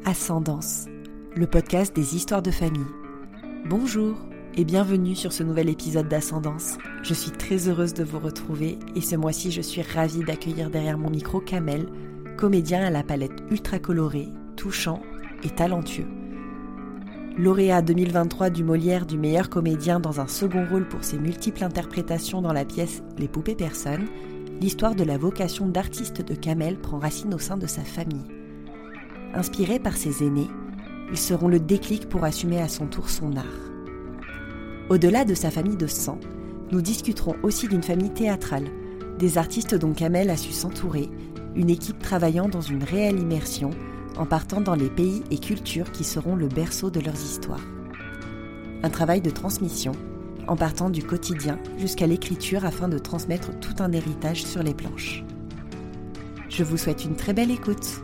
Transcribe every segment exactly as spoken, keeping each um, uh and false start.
Ascendance, le podcast des histoires de famille. Bonjour et bienvenue sur ce nouvel épisode d'Ascendance. Je suis très heureuse de vous retrouver et ce mois-ci je suis ravie d'accueillir derrière mon micro Kamel, comédien à la palette ultra colorée, touchant et talentueux. Lauréat deux mille vingt-trois du Molière du meilleur comédien dans un second rôle pour ses multiples interprétations dans la pièce Les poupées personnes, l'histoire de la vocation d'artiste de Kamel prend racine au sein de sa famille. Inspirés par ses aînés, ils seront le déclic pour assumer à son tour son art. Au-delà de sa famille de sang, nous discuterons aussi d'une famille théâtrale, des artistes dont Kamel a su s'entourer, une équipe travaillant dans une réelle immersion, en partant dans les pays et cultures qui seront le berceau de leurs histoires. Un travail de transmission, en partant du quotidien jusqu'à l'écriture afin de transmettre tout un héritage sur les planches. Je vous souhaite une très belle écoute.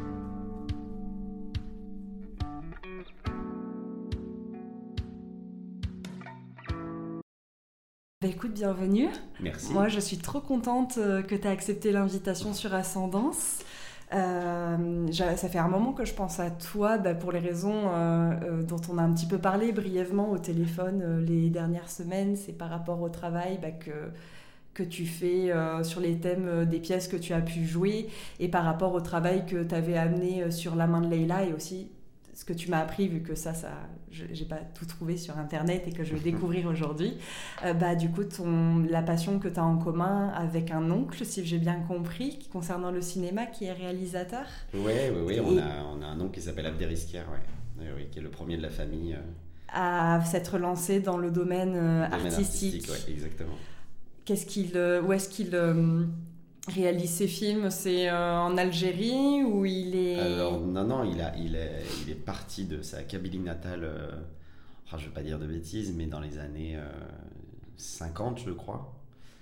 Bah écoute, bienvenue. Merci. Moi, je suis trop contente que tu aies accepté l'invitation sur Ascendance. Euh, ça fait un moment que je pense à toi bah, pour les raisons euh, euh, dont on a un petit peu parlé brièvement au téléphone euh, les dernières semaines. C'est par rapport au travail bah, que, que tu fais euh, sur les thèmes des pièces que tu as pu jouer et par rapport au travail que tu avais amené sur La main de Leïla et aussi ce que tu m'as appris, vu que ça, ça je n'ai pas tout trouvé sur Internet et que je vais découvrir aujourd'hui, euh, bah, du coup, ton, la passion que tu as en commun avec un oncle, si j'ai bien compris, concernant le cinéma, qui est réalisateur. Oui, oui, oui. Et... On, a, on a un oncle qui s'appelle Abderrasquière, ouais. oui, qui est le premier de la famille. Euh... À s'être lancé dans le domaine, euh, domaine artistique. artistique. Oui, exactement. Qu'est-ce qu'il, euh, où est-ce qu'il... Euh... réalise ses films, c'est euh, en Algérie où il est... Alors, non, non, il, a, il, est, il est parti de sa Kabylie natale, euh, oh, je ne veux pas dire de bêtises, mais dans les années euh, cinquante, je crois,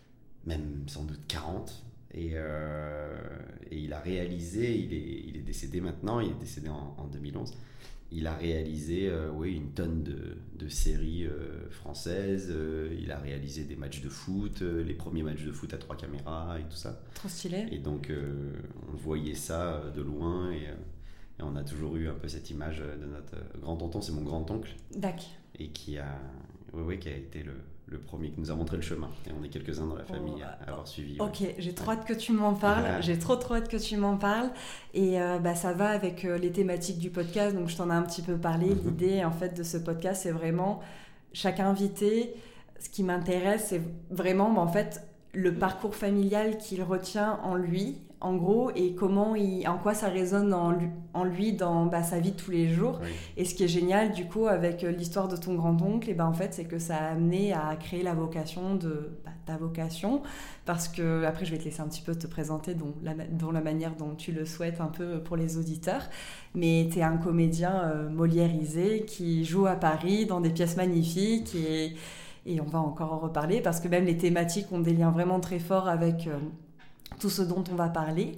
même sans doute quarante. Et, euh, et il a réalisé, il est, il est décédé maintenant, il est décédé en, en deux mille onze. Il a réalisé euh, oui, une tonne de, de séries euh, françaises. Euh, il a réalisé des matchs de foot, euh, les premiers matchs de foot à trois caméras et tout ça. Trop stylé. Et donc, euh, on voyait ça de loin et, euh, et on a toujours eu un peu cette image de notre grand-tonton. C'est mon grand-oncle. D'accord. Et qui a, oui, oui, qui a été le, le premier qui nous a montré le chemin. Et on est quelques-uns dans la famille oh, à, à avoir suivi. Ok, ouais. j'ai trop hâte que tu m'en parles. Ouais. J'ai trop, trop hâte que tu m'en parles. Et euh, bah, ça va avec euh, les thématiques du podcast. Donc, je t'en ai un petit peu parlé. Mm-hmm. L'idée, en fait, de ce podcast, c'est vraiment chaque invité. Ce qui m'intéresse, c'est vraiment, bah, en fait, le parcours familial qu'il retient en lui, en gros, et comment il, en quoi ça résonne en lui, en lui dans bah, sa vie de tous les jours. Oui. Et ce qui est génial, du coup, avec l'histoire de ton grand-oncle, et bah, en fait, c'est que ça a amené à créer la vocation de bah, ta vocation, parce que, après, je vais te laisser un petit peu te présenter dans la, dans la manière dont tu le souhaites un peu pour les auditeurs, mais tu es un comédien euh, moliérisé qui joue à Paris dans des pièces magnifiques, et, et on va encore en reparler, parce que même les thématiques ont des liens vraiment très forts avec... Euh, tout ce dont on va parler.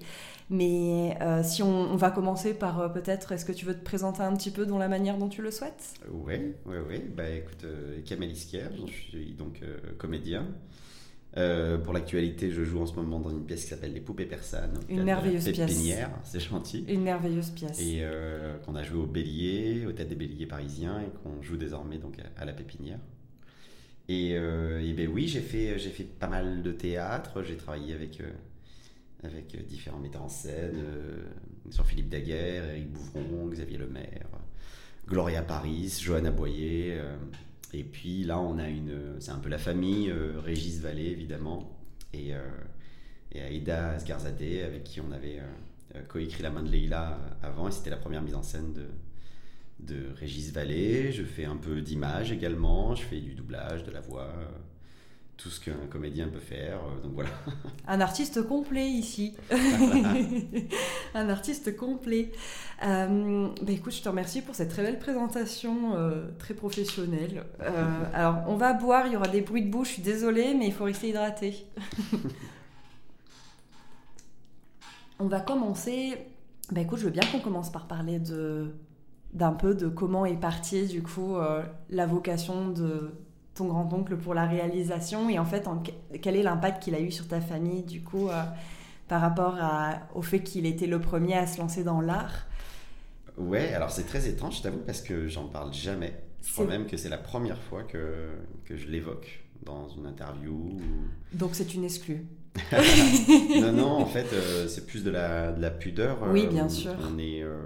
Mais euh, si on, on va commencer par euh, peut-être, est-ce que tu veux te présenter un petit peu dans la manière dont tu le souhaites ? Oui, oui, oui. Bah, écoute, euh, Kamel Iskier, je suis donc euh, comédien. Euh, pour l'actualité, je joue en ce moment dans une pièce qui s'appelle Les poupées personnes. Une merveilleuse pièce. Pépinière, c'est gentil. Une merveilleuse pièce. Et euh, qu'on a joué au Bélier, au Théâtre des Béliers parisiens, et qu'on joue désormais donc à, à la Pépinière. Et, euh, et ben oui, j'ai fait, j'ai fait pas mal de théâtre. J'ai travaillé avec... Euh, avec différents metteurs en scène, euh, sur Philippe Daguerre, Éric Bouvron, Xavier Lemaire, Gloria Paris, Johanna Boyer. Euh, et puis là, on a une, c'est un peu la famille, euh, Régis Vallée évidemment, et, euh, et Aïda Asgarzadeh, avec qui on avait euh, coécrit La main de Leïla avant, et c'était la première mise en scène de, de Régis Vallée. Je fais un peu d'image également, je fais du doublage, de la voix... Euh, tout ce qu'un comédien peut faire, donc voilà. Un artiste complet ici. Un artiste complet. Euh, bah écoute, je te remercie pour cette très belle présentation, euh, très professionnelle. Euh, alors, on va boire, il y aura des bruits de bouche, je suis désolée, mais il faut rester hydraté. On va commencer... Bah écoute, je veux bien qu'on commence par parler de, d'un peu de comment est partie, du coup, euh, la vocation de... ton grand-oncle pour la réalisation et en fait en, quel est l'impact qu'il a eu sur ta famille du coup euh, par rapport à, au fait qu'il était le premier à se lancer dans l'art. Ouais, alors c'est très étrange, je t'avoue, parce que j'en parle jamais. Je C'est- crois même que c'est la première fois que, que je l'évoque dans une interview. ou- Donc c'est une exclue. Non, non, en fait, euh, c'est plus de la, de la pudeur. Oui, Euh, bien sûr. On est, euh,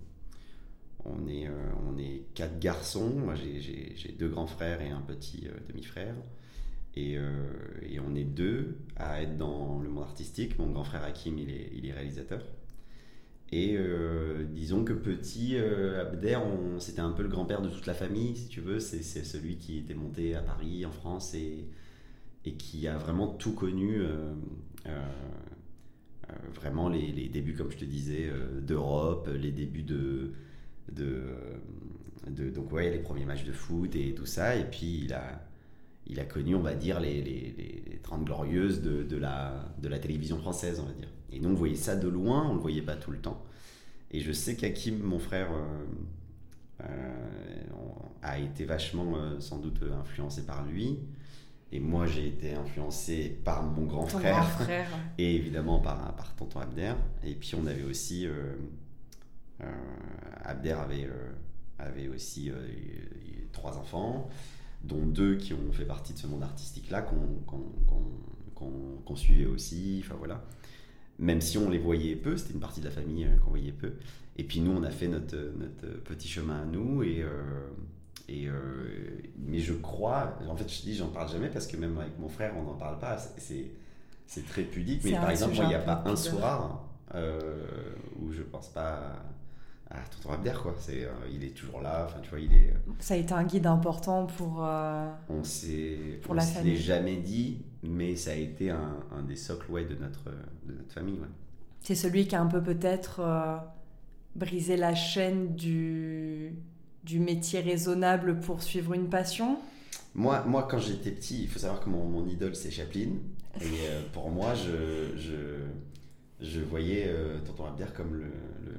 on est, euh, on est quatre garçons. Moi, j'ai, j'ai- j'ai deux grands frères et un petit euh, demi-frère. Et, euh, et on est deux à être dans le monde artistique. Mon grand frère Hakim, il est, il est réalisateur. Et euh, disons que petit, euh, Abder, on- c'était un peu le grand-père de toute la famille, si tu veux. C'est, c'est celui qui était monté à Paris, en France, et, et qui a vraiment tout connu. euh, euh, euh, vraiment les, les débuts, comme je te disais, euh, d'Europe, les débuts de, de, de- donc ouais, les premiers matchs de foot et tout ça. Et puis il a, il a connu, on va dire, les, les, les, les trente glorieuses de, de, la, de la télévision française, on va dire. Et nous, on voyait ça de loin, on le voyait pas tout le temps. Et je sais qu'Hakim, mon frère, euh, euh, a été vachement, euh, sans doute, influencé par lui. Et moi, j'ai été influencé par mon grand Ton frère. grand frère. Et évidemment par, par tonton Abder. Et puis on avait aussi. Euh, euh, Abder avait, euh, avait aussi euh, trois enfants, dont deux qui ont fait partie de ce monde artistique-là, qu'on, qu'on, qu'on, qu'on, qu'on suivait aussi. Enfin voilà. Même si on les voyait peu, c'était une partie de la famille euh, qu'on voyait peu. Et puis nous, on a fait notre, notre petit chemin à nous. Et. Euh, Et euh, mais je crois, en fait, je dis, j'en parle jamais parce que même avec mon frère, on n'en parle pas. C'est, c'est, c'est très pudique. C'est Mais un par exemple, moi, il n'y a sujet un pas peu un pudeur. soir euh, où je pense pas à, à tonton Abder, quoi. C'est, euh, il est toujours là. Enfin, tu vois, il est. Ça a été un guide important pour. euh, On s'est, Pour on la se famille. l'est jamais dit, mais ça a été un, un des socles, ouais, de notre, de notre famille, ouais. C'est celui qui a un peu peut-être euh, brisé la chaîne du, du métier raisonnable pour suivre une passion. Moi, moi, quand j'étais petit, il faut savoir que mon, mon idole, c'est Chaplin. Et euh, pour moi, je, je, je voyais euh, tonton Abder comme le,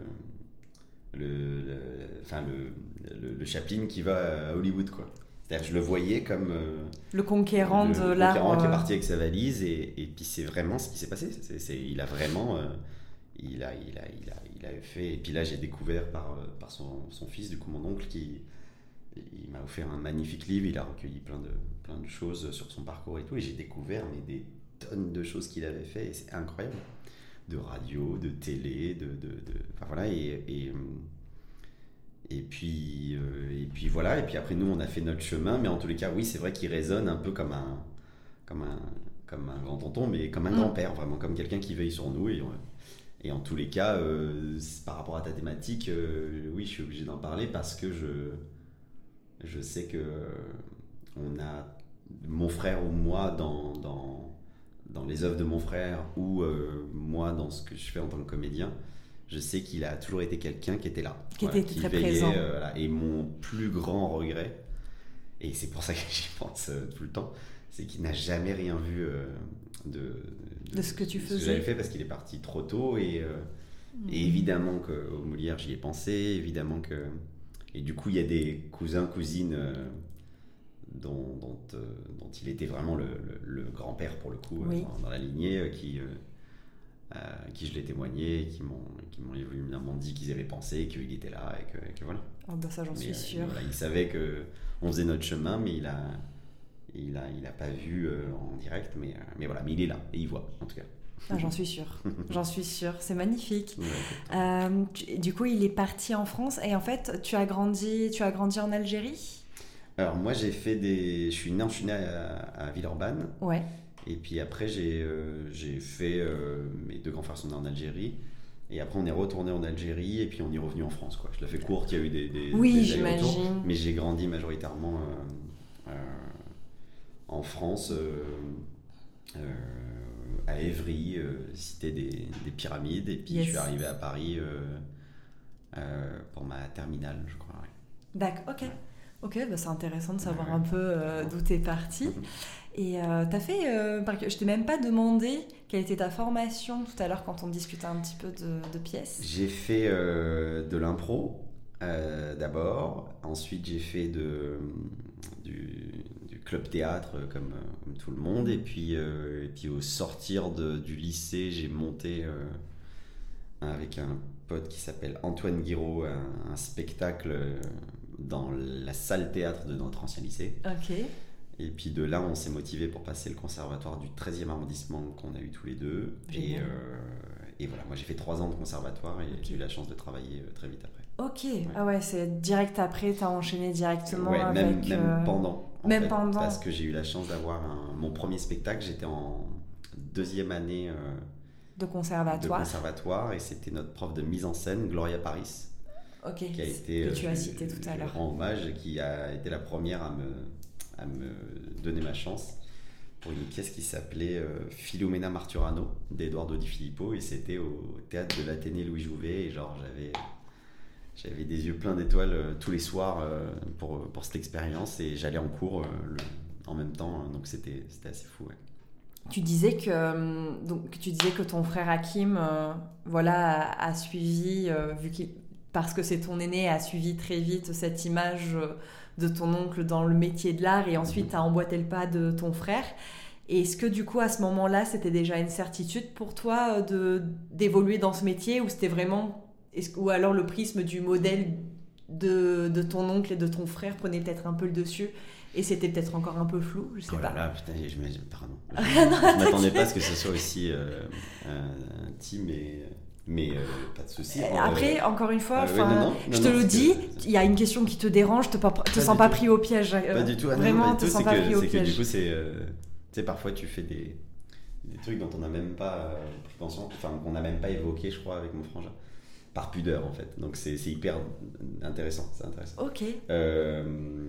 le, le, le, enfin, le, le, le Chaplin qui va à Hollywood, quoi. C'est-à-dire que je le voyais comme euh, Le conquérant le, de le l'art. conquérant qui est euh, parti avec sa valise. Et, et puis c'est vraiment ce qui s'est passé. C'est, c'est, il a vraiment... euh, il, a, il, a, il, a, il a fait... Et puis là, j'ai découvert par, euh, par son, son fils, du coup, mon oncle, qui... Il m'a offert un magnifique livre, il a recueilli plein de, plein de choses sur son parcours et tout, et j'ai découvert mais, des tonnes de choses qu'il avait fait, et c'est incroyable. De radio, de télé, de... de, de enfin voilà, et, et, et, puis, euh, et puis voilà, et puis après nous on a fait notre chemin, mais en tous les cas, oui, c'est vrai qu'il résonne un peu comme un, comme un, comme un grand tonton, mais comme un Mm. grand-père, vraiment, comme quelqu'un qui veille sur nous, et... Et en tous les cas, euh, par rapport à ta thématique, euh, oui, je suis obligé d'en parler parce que je... Je sais que euh, on a mon frère ou moi dans, dans, dans les œuvres de mon frère ou euh, moi dans ce que je fais en tant que comédien. Je sais qu'il a toujours été quelqu'un qui était là, Qui était très présent. euh, voilà. Et mon plus grand regret, et c'est pour ça que j'y pense euh, tout le temps, c'est qu'il n'a jamais rien vu euh, de, De ce que tu de faisais. j'avais fait parce qu'il est parti trop tôt et, euh, Mhm. et évidemment qu'au Molière j'y ai pensé, évidemment que... Et du coup, il y a des cousins, cousines euh, dont, dont, euh, dont il était vraiment le, le, le grand-père, pour le coup, Oui. euh, dans, dans la lignée, euh, qui, euh, euh, qui je l'ai témoigné, et qui m'ont, qui m'ont évidemment dit qu'ils avaient pensé, qu'il était là, et que, et que voilà. Oh, bah ça, j'en Mais, suis euh, sûre. voilà, il savait qu'on faisait notre chemin, mais il a, il a, il a pas vu euh, en direct, mais, euh, mais voilà, mais il est là, et il voit, en tout cas. Ah, j'en suis sûre. J'en suis sûre. C'est magnifique. Ouais. Euh, tu- du coup, il est parti en France et en fait, tu as grandi, tu as grandi en Algérie. Alors moi, j'ai fait des... Je suis né, je suis né à, à Villeurbanne. Ouais. Et puis après, j'ai, euh, j'ai fait... euh, mes deux grands frères sont nés en Algérie. Et après, on est retourné en Algérie et puis on est revenu en France, quoi. Je l'ai fait courte, il y a eu des, des, Oui, des allers-retours. j'imagine. Mais j'ai grandi majoritairement euh, euh, en France, euh, euh, à Évry, euh, cité des, des Pyramides. Et puis Yes. je suis arrivé à Paris euh, euh, pour ma terminale, je crois. Ouais. D'accord, ok. Ok, bah c'est intéressant de savoir Ouais. un peu euh, d'où t'es parti. Et euh, t'as fait. Euh, par- je t'ai même pas demandé quelle était ta formation tout à l'heure quand on discutait un petit peu de, de pièces. J'ai fait euh, de l'impro euh, d'abord, ensuite j'ai fait de, du, du club théâtre euh, comme, euh, comme tout le monde, et puis, euh, et puis au sortir de, du lycée, j'ai monté euh, avec un pote qui s'appelle Antoine Guiraud un, un spectacle dans la salle théâtre de notre ancien lycée. Ok. Et puis de là, on s'est motivé pour passer le conservatoire du treizième arrondissement qu'on a eu tous les deux. Et, euh, et voilà, moi j'ai fait trois ans de conservatoire et okay. j'ai eu la chance de travailler très vite après. Ok, ouais. Ah ouais, c'est direct après, t'as enchaîné directement ouais, avec... Même, même euh... pendant. Même fait, pendant. Parce que j'ai eu la chance d'avoir un, mon premier spectacle, j'étais en deuxième année euh, de conservatoire. de conservatoire et c'était notre prof de mise en scène, Gloria Paris. Ok, qui a été, que tu euh, as cité tout à l'heure. Je rends hommage, qui a été la première à me, à me donner ma chance pour une pièce qui s'appelait euh, Philomena Marturano d'Edoardo Di Filippo et c'était au théâtre de l'Athénée Louis Jouvet et genre j'avais, j'avais des yeux pleins d'étoiles euh, tous les soirs euh, pour, pour cette expérience et j'allais en cours euh, le, en même temps donc c'était, c'était assez fou. Ouais. Tu disais que, donc, tu disais que ton frère Hakim euh, voilà, a, a suivi, euh, vu qu'il, parce que c'est ton aîné, a suivi très vite cette image de ton oncle dans le métier de l'art et ensuite a emboîté le pas de ton frère. Et est-ce que du coup, à ce moment-là, c'était déjà une certitude pour toi de, d'évoluer dans ce métier ou c'était vraiment, est-ce, ou alors le prisme du modèle de, de ton oncle et de ton frère prenait peut-être un peu le dessus et c'était peut-être encore un peu flou, je sais oh pas. Là là, putain, je, je, pardon. Je, je m'attendais pas à ce que ce soit aussi euh, intime et... Mais euh, pas de souci. Après, euh, encore une fois, euh, ouais, non, non, je non, te non, le dis, il y a une question qui te dérange, te, pas, te pas sens pas tout. pris au piège. Pas euh, du tout. Ah, vraiment, non, te tout, sens c'est pas que, pris au c'est piège. que du coup, c'est, euh, tu sais, parfois tu fais des, des trucs dont on n'a même pas euh, pris conscience, enfin qu'on n'a même pas évoqué, je crois, avec mon frangin, par pudeur en fait. Donc c'est, c'est hyper intéressant, c'est intéressant. Ok. Euh,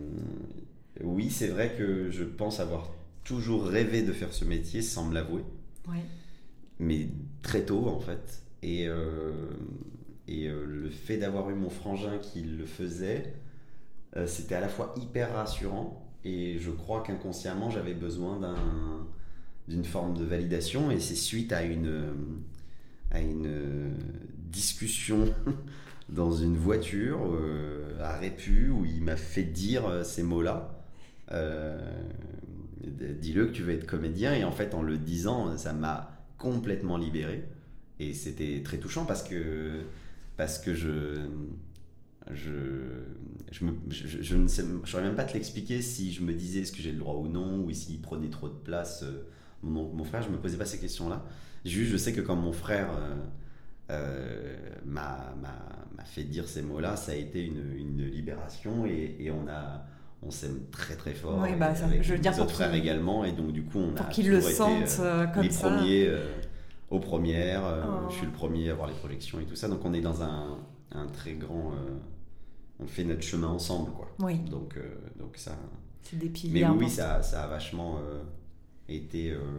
oui, c'est vrai que je pense avoir toujours rêvé de faire ce métier sans me l'avouer. Ouais. Mais très tôt en fait. Et, euh, et euh, le fait d'avoir eu mon frangin qui le faisait, euh, c'était à la fois hyper rassurant et je crois qu'inconsciemment j'avais besoin d'un, d'une forme de validation et c'est suite à une, à une discussion dans une voiture euh, à Répu où il m'a fait dire ces mots-là. Euh, dis-le que tu veux être comédien et en fait en le disant ça m'a complètement libéré. Et c'était très touchant parce que, parce que je, je, je, me, je, je ne sais, je saurais même pas te l'expliquer si je me disais est-ce que j'ai le droit ou non, ou s'il prenait trop de place. Mon, mon frère, je me posais pas ces questions-là. Juste, je sais que quand mon frère euh, euh, m'a, m'a, m'a fait dire ces mots-là, ça a été une, une libération et, et on a... on s'aime très très fort oui, bah, ça, avec je veux mes dire, autres frères également et donc du coup on pour a qu'ils le toujours sentent été euh, comme les ça. premiers euh, aux premières euh, oh. je suis le premier à voir les projections et tout ça donc on est dans un, un très grand euh, on fait notre chemin ensemble quoi. Oui. donc, euh, donc ça c'est des piliers mais oui, oui ça, ça a vachement euh, été euh,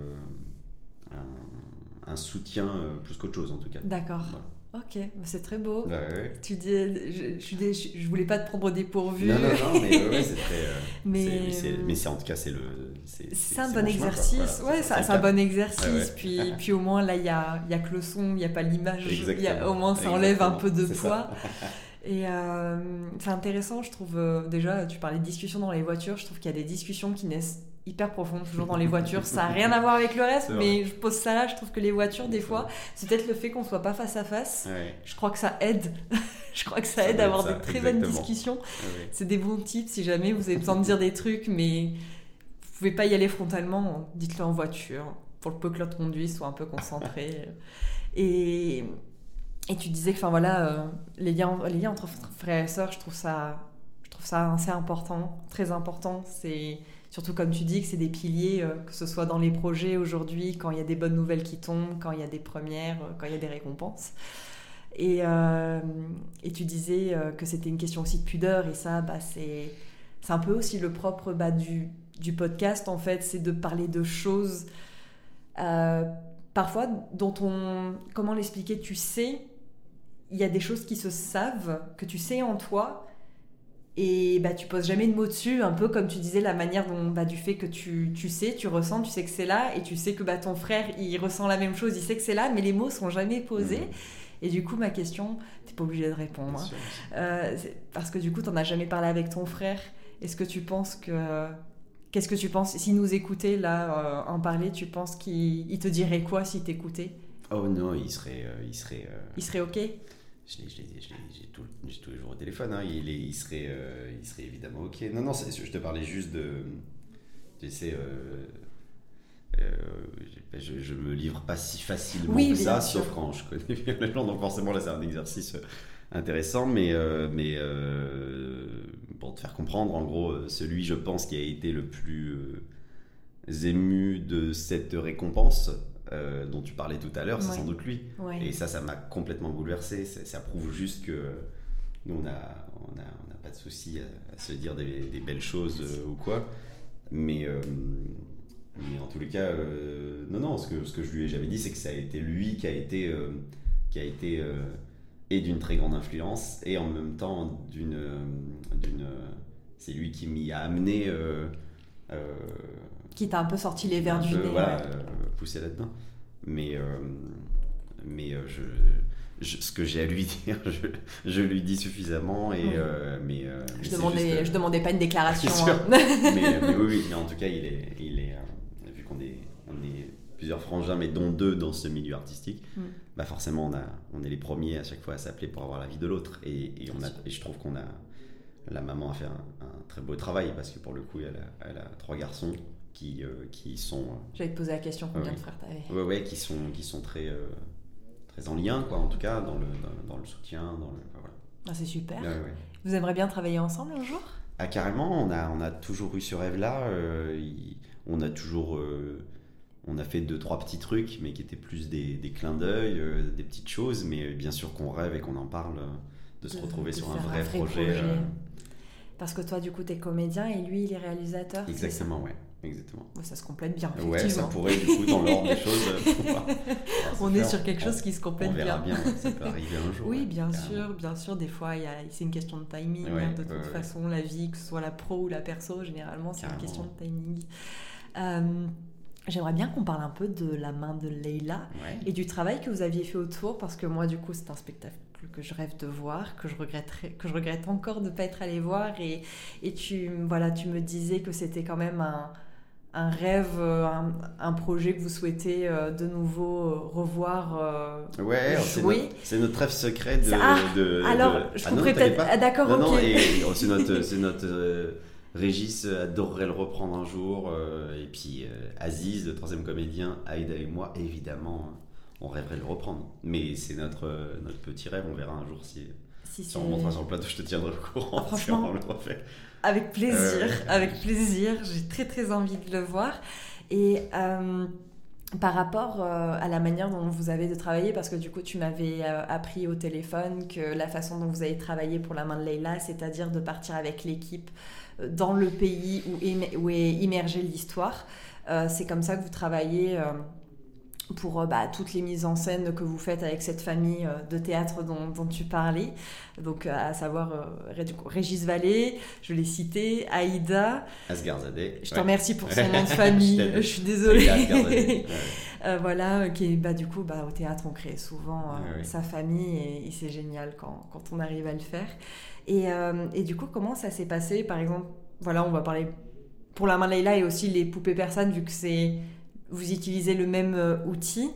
un, un soutien euh, plus qu'autre chose en tout cas. D'accord. Voilà. Ok, c'est très beau. Bah, ouais. Tu dis, je, je, je, je voulais pas te prendre au dépourvu. Non, non, non, mais ouais, c'est très. Euh, mais, c'est, c'est, mais c'est en tout cas, c'est le. C'est, c'est, c'est un c'est bon bon exercice. Chemin, voilà, ouais, c'est, c'est, c'est un bon exercice. Ouais, ouais. Puis, puis au moins, là, il n'y a, y a que le son, il n'y a pas l'image. Y a, au moins, ça Exactement. enlève un peu de c'est poids. Et euh, c'est intéressant, je trouve. Euh, déjà, tu parlais de discussions dans les voitures. Je trouve qu'il y a des discussions qui naissent hyper profondes, toujours dans les voitures. Ça n'a rien à voir avec le reste, mais je pose ça là. Je trouve que les voitures, des fois, c'est peut-être le fait qu'on ne soit pas face à face. Ouais. Je crois que ça aide. je crois que ça, ça aide à avoir ça, des très exactement. bonnes discussions. Ouais. C'est des bons tips si jamais vous avez besoin de dire des trucs, mais vous pouvez pas y aller frontalement. Dites-le en voiture pour le peu que l'autre conduit soit un peu concentré. Et Et tu disais que, enfin voilà, euh, les liens, les liens entre frères et sœurs, je trouve ça, je trouve ça assez important, très important. C'est surtout comme tu dis que c'est des piliers, euh, que ce soit dans les projets aujourd'hui, quand il y a des bonnes nouvelles qui tombent, quand il y a des premières, euh, quand il y a des récompenses. Et, euh, et tu disais euh, que c'était une question aussi de pudeur, et ça, bah, c'est, c'est un peu aussi le propre bah, du, du podcast en fait, c'est de parler de choses euh, parfois dont on, comment l'expliquer, tu sais. Il y a des choses qui se savent, que tu sais en toi, et bah, tu poses jamais de mots dessus, un peu comme tu disais, la manière dont, bah, du fait que tu, tu sais, tu ressens, tu sais que c'est là, et tu sais que bah, ton frère, il ressent la même chose, il sait que c'est là, mais les mots sont jamais posés. Mmh. Et du coup, ma question, t'es pas obligé de répondre, hein. Sûr, euh, parce que du coup, t'en as jamais parlé avec ton frère. Est-ce que tu penses que... Qu'est-ce que tu penses, s'il nous écoutait, là, euh, en parler, tu penses qu'il il te dirait quoi s'il t'écoutait ? Oh non, il serait... Euh, il serait, euh... il serait OK ? je l'ai, je l'ai, je l'ai, j'ai, tout, j'ai tous les jours au téléphone. Hein. Il, est, il, serait, euh, il serait évidemment OK. Non, non, c'est, je te parlais juste de... Tu sais... Euh, euh, je, je me livre pas si facilement oui, que ça, sûr. sauf quand je connais bien les gens. Donc forcément, là, c'est un exercice intéressant. Mais, euh, mais euh, pour te faire comprendre, en gros, celui, je pense, qui a été le plus euh, ému de cette récompense... Euh, dont tu parlais tout à l'heure, c'est ouais. sans doute lui. Ouais. Et ça, ça m'a complètement bouleversé. Ça, ça prouve juste que nous, on n'a on a, on a pas de souci à, à se dire des, des belles choses euh, ou quoi. Mais, euh, mais en tous les cas, euh, non, non, ce que, ce que je lui ai jamais dit, c'est que ça a été lui qui a été, euh, qui a été euh, et d'une très grande influence, et en même temps, d'une, euh, d'une, c'est lui qui m'y a amené. Euh, euh, qui t'a un peu sorti les verres du peu, nez. Voilà, ouais. euh, poussé là-dedans. Mais, euh, mais euh, je, je, ce que j'ai à lui dire, je, je lui dis suffisamment. Et, oui. euh, mais, euh, je, mais demandais, juste, je demandais pas une déclaration. Hein. mais, mais oui, oui, mais en tout cas, il est, il est euh, vu qu'on est, on est plusieurs frangins, mais dont deux dans ce milieu artistique, mm. bah forcément, on, a, on est les premiers à chaque fois à s'appeler pour avoir l'avis de l'autre. Et, et, on a, et je trouve qu'on a... La maman a fait un, un très beau travail, parce que pour le coup, elle a, elle a trois garçons. Qui, euh, qui sont... Euh, J'allais te poser la question, combien ouais, de frères t'avais ? Ouais, ouais, qui sont, qui sont très, euh, très en lien, quoi, en tout cas, dans le, dans, dans le soutien, dans le... Voilà. Ah, c'est super. Ouais, ouais. Vous aimeriez bien travailler ensemble un jour ? Ah, carrément, on a, on a toujours eu ce rêve-là. Euh, il, on a toujours... Euh, on a fait deux, trois petits trucs, mais qui étaient plus des, des clins d'œil, euh, des petites choses, mais bien sûr qu'on rêve et qu'on en parle, de se de, retrouver de sur un vrai, un vrai projet. projet. Euh... Parce que toi, du coup, t'es comédien et lui, il est réalisateur. Exactement, ouais. Exactement. Ça se complète bien. Ouais, ça pourrait, du coup, dans l'ordre des choses. Pouvoir, on est sur quelque on, chose qui se complète bien. On verra bien. bien, ça peut arriver un jour. Oui, ouais, bien carrément. sûr, bien sûr. Des fois, y a, c'est une question de timing. Ouais, hein, de toute ouais, façon, ouais. la vie, que ce soit la pro ou la perso, généralement, c'est carrément. une question de timing. Euh, J'aimerais bien qu'on parle un peu de La main de Leila ouais. et du travail que vous aviez fait autour, parce que moi, du coup, c'est un spectacle que je rêve de voir, que je regrette, que je regrette encore de ne pas être allée voir. Et, et tu, voilà, tu me disais que c'était quand même un, un rêve, un, un projet que vous souhaitez euh, de nouveau revoir euh, ouais, jouer. C'est notre, c'est notre rêve secret de... Ah, de alors, de... je ah, comprends peut-être... Ah, d'accord, non, ok. Non, et, c'est notre... C'est notre euh, Régis adorerait le reprendre un jour. Euh, et puis euh, Aziz, le troisième comédien, Aïda et moi, évidemment... on rêverait de le reprendre, mais c'est notre, euh, notre petit rêve. On verra un jour si, si, si on remontera sur le plateau, je te tiendrai au courant. Franchement, si on le refait. Avec plaisir, euh, avec plaisir. J'ai très très envie de le voir. Et euh, par rapport euh, à la manière dont vous avez de travailler, parce que du coup tu m'avais euh, appris au téléphone que la façon dont vous avez travaillé pour La main de Leila, c'est-à-dire de partir avec l'équipe dans le pays où, éme- où est immergée l'histoire, euh, c'est comme ça que vous travaillez euh, pour euh, bah, toutes les mises en scène que vous faites avec cette famille euh, de théâtre dont, dont tu parlais, donc euh, à savoir euh, du coup, Régis Vallée, je l'ai cité, Aïda, Asghar Zadeh. Je te ouais. remercie pour son nom de famille, je, je suis désolée. ouais. euh, voilà, qui est bah, du coup bah, au théâtre on crée souvent euh, ouais, ouais. sa famille et, et c'est génial quand, quand on arrive à le faire. Et, euh, et du coup, comment ça s'est passé ? Par exemple, voilà, on va parler pour La main de Leila et aussi les poupées persanes, vu que c'est vous utilisez le même euh, outil.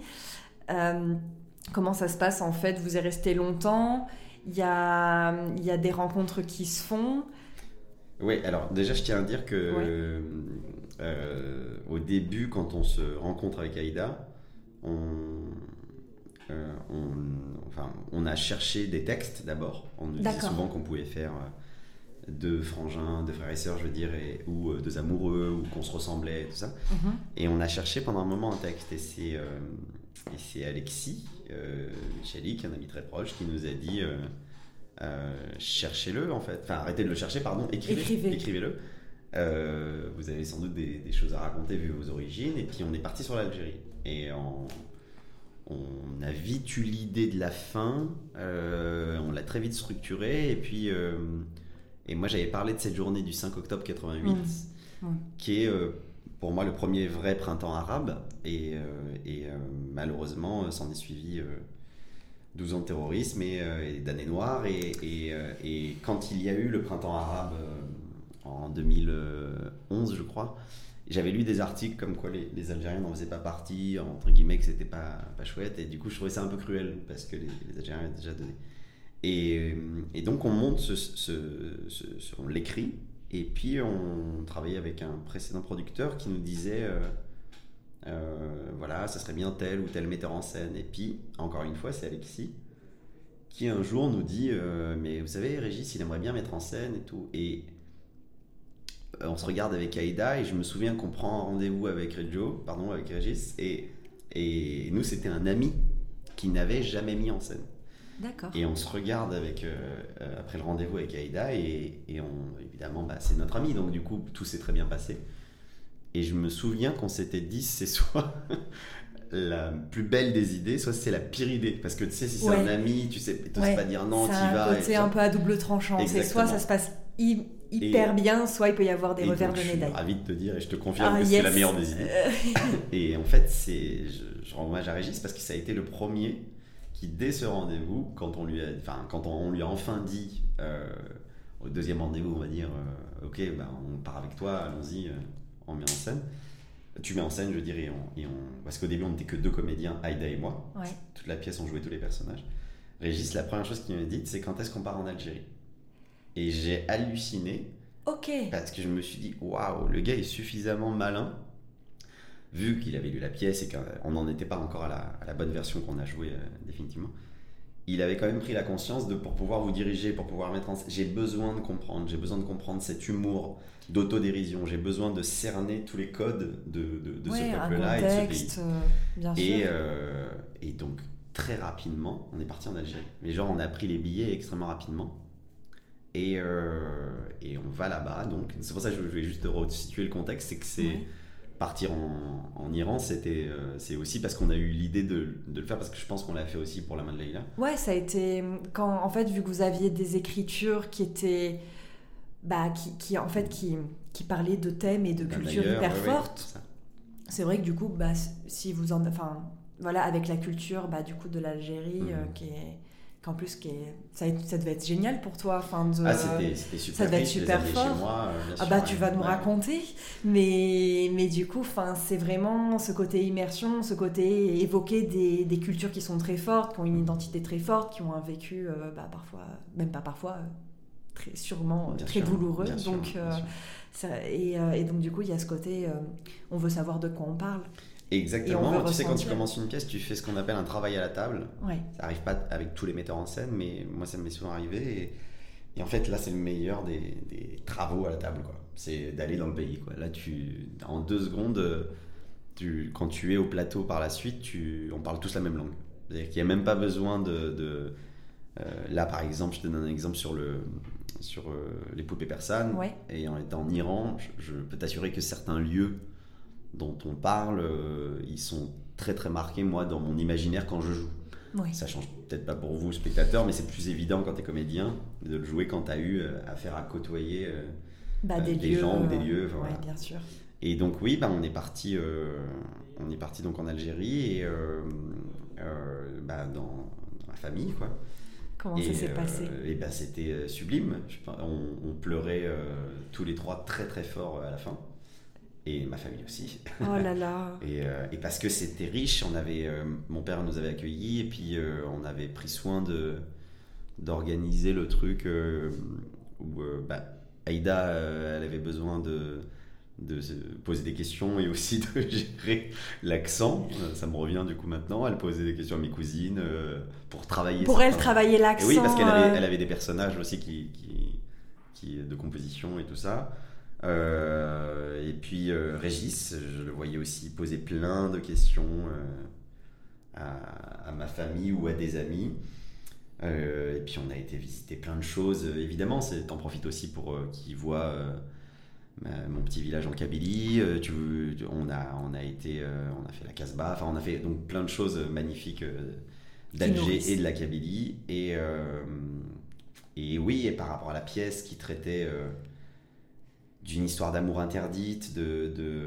Euh, comment ça se passe en fait ? Vous êtes resté longtemps ? Il y a, il y a des rencontres qui se font ? Oui, alors déjà, je tiens à dire que ouais. euh, euh, au début, quand on se rencontre avec Aïda, on, euh, on, enfin, on a cherché des textes d'abord. On nous disait souvent qu'on pouvait faire euh, deux frangins, deux frères et sœurs, je veux dire, et, ou euh, deux amoureux, ou qu'on se ressemblait, et tout ça. Mm-hmm. Et on a cherché pendant un moment un texte, et c'est, euh, et c'est Alexis euh, Micheli, qui est un ami très proche, qui nous a dit euh, euh, cherchez-le en fait, enfin arrêtez de le chercher, pardon, écrivez, Écrivez. écrivez-le. Euh, vous avez sans doute des, des choses à raconter vu vos origines. Et puis on est parti sur l'Algérie. Et on, on a vite eu l'idée de la fin, euh, on l'a très vite structurée. Et puis, euh, et moi j'avais parlé de cette journée du cinq octobre quatre-vingt-huit, mmh. Mmh. qui est euh, pour moi le premier vrai printemps arabe. Et, euh, et euh, malheureusement, s'en est suivi euh, douze ans de terrorisme et, euh, et d'années noires. Et, et, euh, et quand il y a eu le printemps arabe, euh, en deux mille onze, je crois, j'avais lu des articles comme quoi les, les Algériens n'en faisaient pas partie, entre guillemets, que c'était pas, pas chouette, et du coup je trouvais ça un peu cruel parce que les, les Algériens avaient déjà donné. Et, et donc on monte, ce, ce, ce, ce- on l'écrit, et puis on travaillait avec un précédent producteur qui nous disait, euh, euh, voilà, ça serait bien tel ou tel metteur en scène. Et puis, encore une fois, c'est Alexis qui un jour nous dit, euh, mais vous savez, Régis, il aimerait bien mettre en scène et tout. Et euh, on se regarde avec Aïda, et je me souviens qu'on prend un rendez-vous avec Reggio, pardon, avec Régis, et, et nous, c'était un ami qui n'avait jamais mis en scène. D'accord. Et on se regarde avec, euh, euh, après le rendez-vous avec Aïda, et, et on, évidemment, bah, c'est notre ami, donc du coup, tout s'est très bien passé. Et je me souviens qu'on s'était dit, c'est soit la plus belle des idées, soit c'est la pire idée. Parce que tu sais, si c'est Ouais. un ami, tu sais, tu Ouais. pas dire non, C'est t'y un vas. et côté tout un ça. peu à double tranchant. C'est soit Exactement. ça se passe hy- hyper Et- bien, soit il peut y avoir des Et revers donc, de je suis médaille. ravi de te dire, et je te confirme Ah, que yes. c'est la meilleure des idées. Et en fait, c'est, je, je rends hommage à Régis parce que ça a été le premier qui, dès ce rendez-vous, quand on lui a, enfin, quand on, on lui a enfin dit, euh, au deuxième rendez-vous, on va dire, euh, ok, bah, on part avec toi, allons-y, euh, on met en scène. Tu mets en scène, je dirais, et on, et on, parce qu'au début, on n'était que deux comédiens, Aïda et moi. Ouais. Toute la pièce, on jouait tous les personnages. Régis, la première chose qu'il m'a dit, c'est quand est-ce qu'on part en Algérie. Et j'ai halluciné. Ok. Parce que je me suis dit, waouh, le gars est suffisamment malin, vu qu'il avait lu la pièce et qu'on n'en était pas encore à la, à la bonne version qu'on a jouée euh, définitivement. Il avait quand même pris la conscience de, pour pouvoir vous diriger, pour pouvoir mettre en scène, j'ai besoin de comprendre, j'ai besoin de comprendre cet humour d'autodérision, j'ai besoin de cerner tous les codes de, de, de Ouais, ce un peuple-là et de ce pays. contexte, euh, bien Et, sûr. euh, et donc, très rapidement, on est parti en Algérie. Mais genre, on a pris les billets extrêmement rapidement. Et, euh, et on va là-bas. Donc, c'est pour ça que je voulais juste resituer le contexte. C'est que c'est Ouais. partir en, en Iran, c'était, euh, c'est aussi parce qu'on a eu l'idée de, de le faire, parce que je pense qu'on l'a fait aussi pour la main de Leïla. Ouais, ça a été quand en fait vu que vous aviez des écritures qui étaient bah qui, qui en fait qui, qui parlaient de thèmes et de D'un culture ailleurs, hyper ouais, ouais, fortes. c'est ça. C'est vrai que du coup bah si vous en enfin voilà avec la culture bah du coup de l'Algérie Mhm. euh, qui est qu'en plus qui est ça, ça devait être génial pour toi enfin de Ah, c'était, c'était super ça devait être riche, je les super amenais fort. chez moi, euh, bien Ah sûr, bah ouais. tu vas nous Ouais. raconter, mais, mais du coup c'est vraiment ce côté immersion, ce côté évoquer des, des cultures qui sont très fortes, qui ont une identité très forte, qui ont un vécu euh, bah, parfois, même pas parfois, euh, très, sûrement euh, Bien très sûr, douloureux. bien sûr, donc, bien euh, sûr. ça- et, euh, et donc du coup il y a ce côté, euh, on veut savoir de quoi on parle. Et on Exactement. veut Tu sais, quand tu ressentir. commences une pièce, tu fais ce qu'on appelle un travail à la table. Ouais. Ça arrive pas avec tous les metteurs en scène, mais moi ça m'est souvent arrivé. Et, et en fait, là, c'est le meilleur des, des travaux à la table, quoi. C'est d'aller dans le pays, quoi. Là, tu, en deux secondes, tu, quand tu es au plateau par la suite, tu, on parle tous la même langue. C'est-à-dire qu'il n'y a même pas besoin de. de euh, là, par exemple, je te donne un exemple sur, le, sur euh, les poupées persanes. Ouais. Et en étant en Iran, je, je peux t'assurer que certains lieux dont on parle, euh, ils sont très très marqués, moi, dans mon imaginaire quand je joue. Oui. Ça change peut-être pas pour vous, spectateurs, mais c'est plus évident quand tu es comédien de le jouer quand tu as eu euh, affaire à côtoyer euh, Bah, euh, des, des lieux, gens ou des euh, lieux. Enfin, ouais, voilà. bien sûr. Et donc oui, bah, on est parti, euh, on est parti donc en Algérie et euh, euh, bah, dans, dans la famille, quoi. Comment et, ça s'est euh, passé? Et bah, c'était euh, sublime. Je pense- on, on pleurait euh, tous les trois très très fort euh, à la fin. Et ma famille aussi. Oh là là. Et, euh, et parce que c'était riche, on avait, euh, mon père nous avait accueillis et puis euh, on avait pris soin de, d'organiser le truc euh, où euh, bah, Aïda, euh, elle avait besoin de, de se poser des questions et aussi de gérer l'accent. Euh, ça me revient du coup maintenant. Elle posait des questions à mes cousines euh, pour travailler. Pour elle certains- travailler Et l'accent. oui, parce qu'elle avait, euh, elle avait des personnages aussi qui, qui, qui, de composition et tout ça. Euh, et puis euh, Régis, je le voyais aussi poser plein de questions euh, à, à ma famille ou à des amis. Euh, et puis on a été visiter plein de choses. Évidemment, c'est, t'en profites aussi pour euh, qu'ils voient euh, ma- mon petit village en Kabylie. Euh, tu, on, a, on a été, euh, on a fait la Casbah. Enfin, on a fait donc plein de choses magnifiques euh, d'Alger nourrissent. et de la Kabylie. Et, euh, et oui, et par rapport à la pièce qui traitait euh, d'une histoire d'amour interdite, de, de...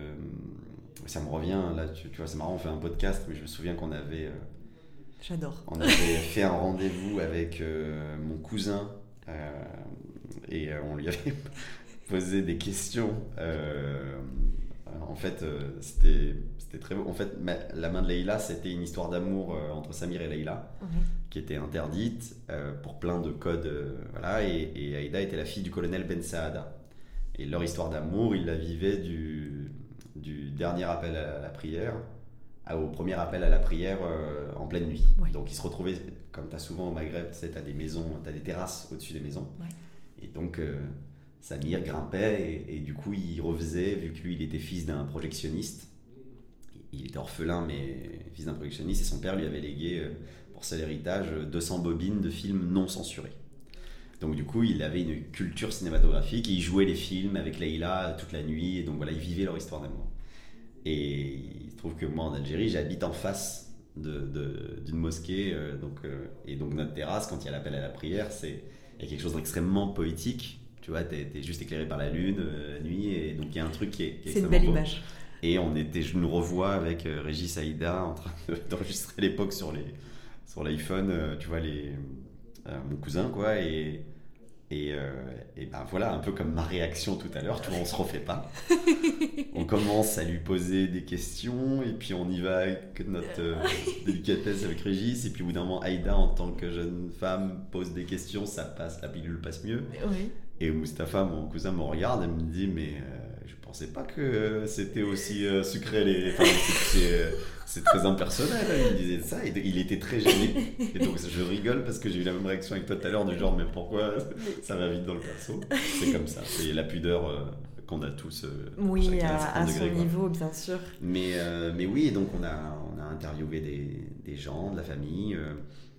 ça me revient, là, tu, tu vois, c'est marrant, on fait un podcast, mais je me souviens qu'on avait, euh, J'adore. on avait fait un rendez-vous avec euh, mon cousin, euh, et euh, on lui avait posé des questions euh, euh, en fait, euh, c'était, c'était très beau. En fait, ma- La main de Leïla, c'était une histoire d'amour euh, entre Samir et Leïla, Mhm. qui était interdite euh, pour plein de codes. euh, voilà, et, et Aïda était la fille du colonel Ben Saada. Et leur histoire d'amour, ils la vivaient du, du dernier appel à la prière à- au premier appel à la prière euh, en pleine nuit. Ouais. Donc ils se retrouvaient, comme tu as souvent au Maghreb, tu sais, tu as des maisons, tu as des terrasses au-dessus des maisons. Ouais. Et donc euh, Samir grimpait et, et du coup il refaisait, vu que lui il était fils d'un projectionniste, il était orphelin mais fils d'un projectionniste, et son père lui avait légué euh, pour seul héritage deux cents bobines de films non censurés. Donc du coup il avait une culture cinématographique et il jouait les films avec Leïla toute la nuit, et donc voilà, ils vivaient leur histoire d'amour. Et il se trouve que moi en Algérie j'habite en face de, de, d'une mosquée, euh, donc, euh, et donc notre terrasse, quand il y a l'appel à la prière, c'est, il y a quelque chose d'extrêmement poétique. Tu vois, t'es, t'es juste éclairé par la lune euh, la nuit, et donc il y a un truc qui est, qui est C'est une extrêmement belle beau. image. Et on était, je nous revois avec euh, Régis Aïda en train de- d'enregistrer à l'époque sur, les, sur l'iPhone, euh, tu vois, les, euh, mon cousin, quoi, et, et, euh, et ben voilà, un peu comme ma réaction tout à l'heure, tu vois, on se refait pas. On commence à lui poser des questions, et puis on y va avec notre euh, délicatesse avec Régis, et puis au bout d'un moment, Aïda, en tant que jeune femme, pose des questions, ça passe, la pilule passe mieux. Oui. Et Mustapha, mon cousin, me regarde et me dit, mais euh, je pensais pas que euh, c'était aussi euh, sucré. Les... Enfin, c'est, c'est, euh, c'est très impersonnel. Il me disait ça et il était très gêné. Et donc je rigole parce que j'ai eu la même réaction avec toi tout à l'heure, du genre, mais pourquoi ça va vite dans le perso? C'est comme ça, c'est la pudeur euh, qu'on a tous. Euh, Oui, chacun à, certain à degré, son quoi. niveau, bien sûr. Mais, euh, mais oui, donc on a, on a interviewé des, des gens, de la famille. euh,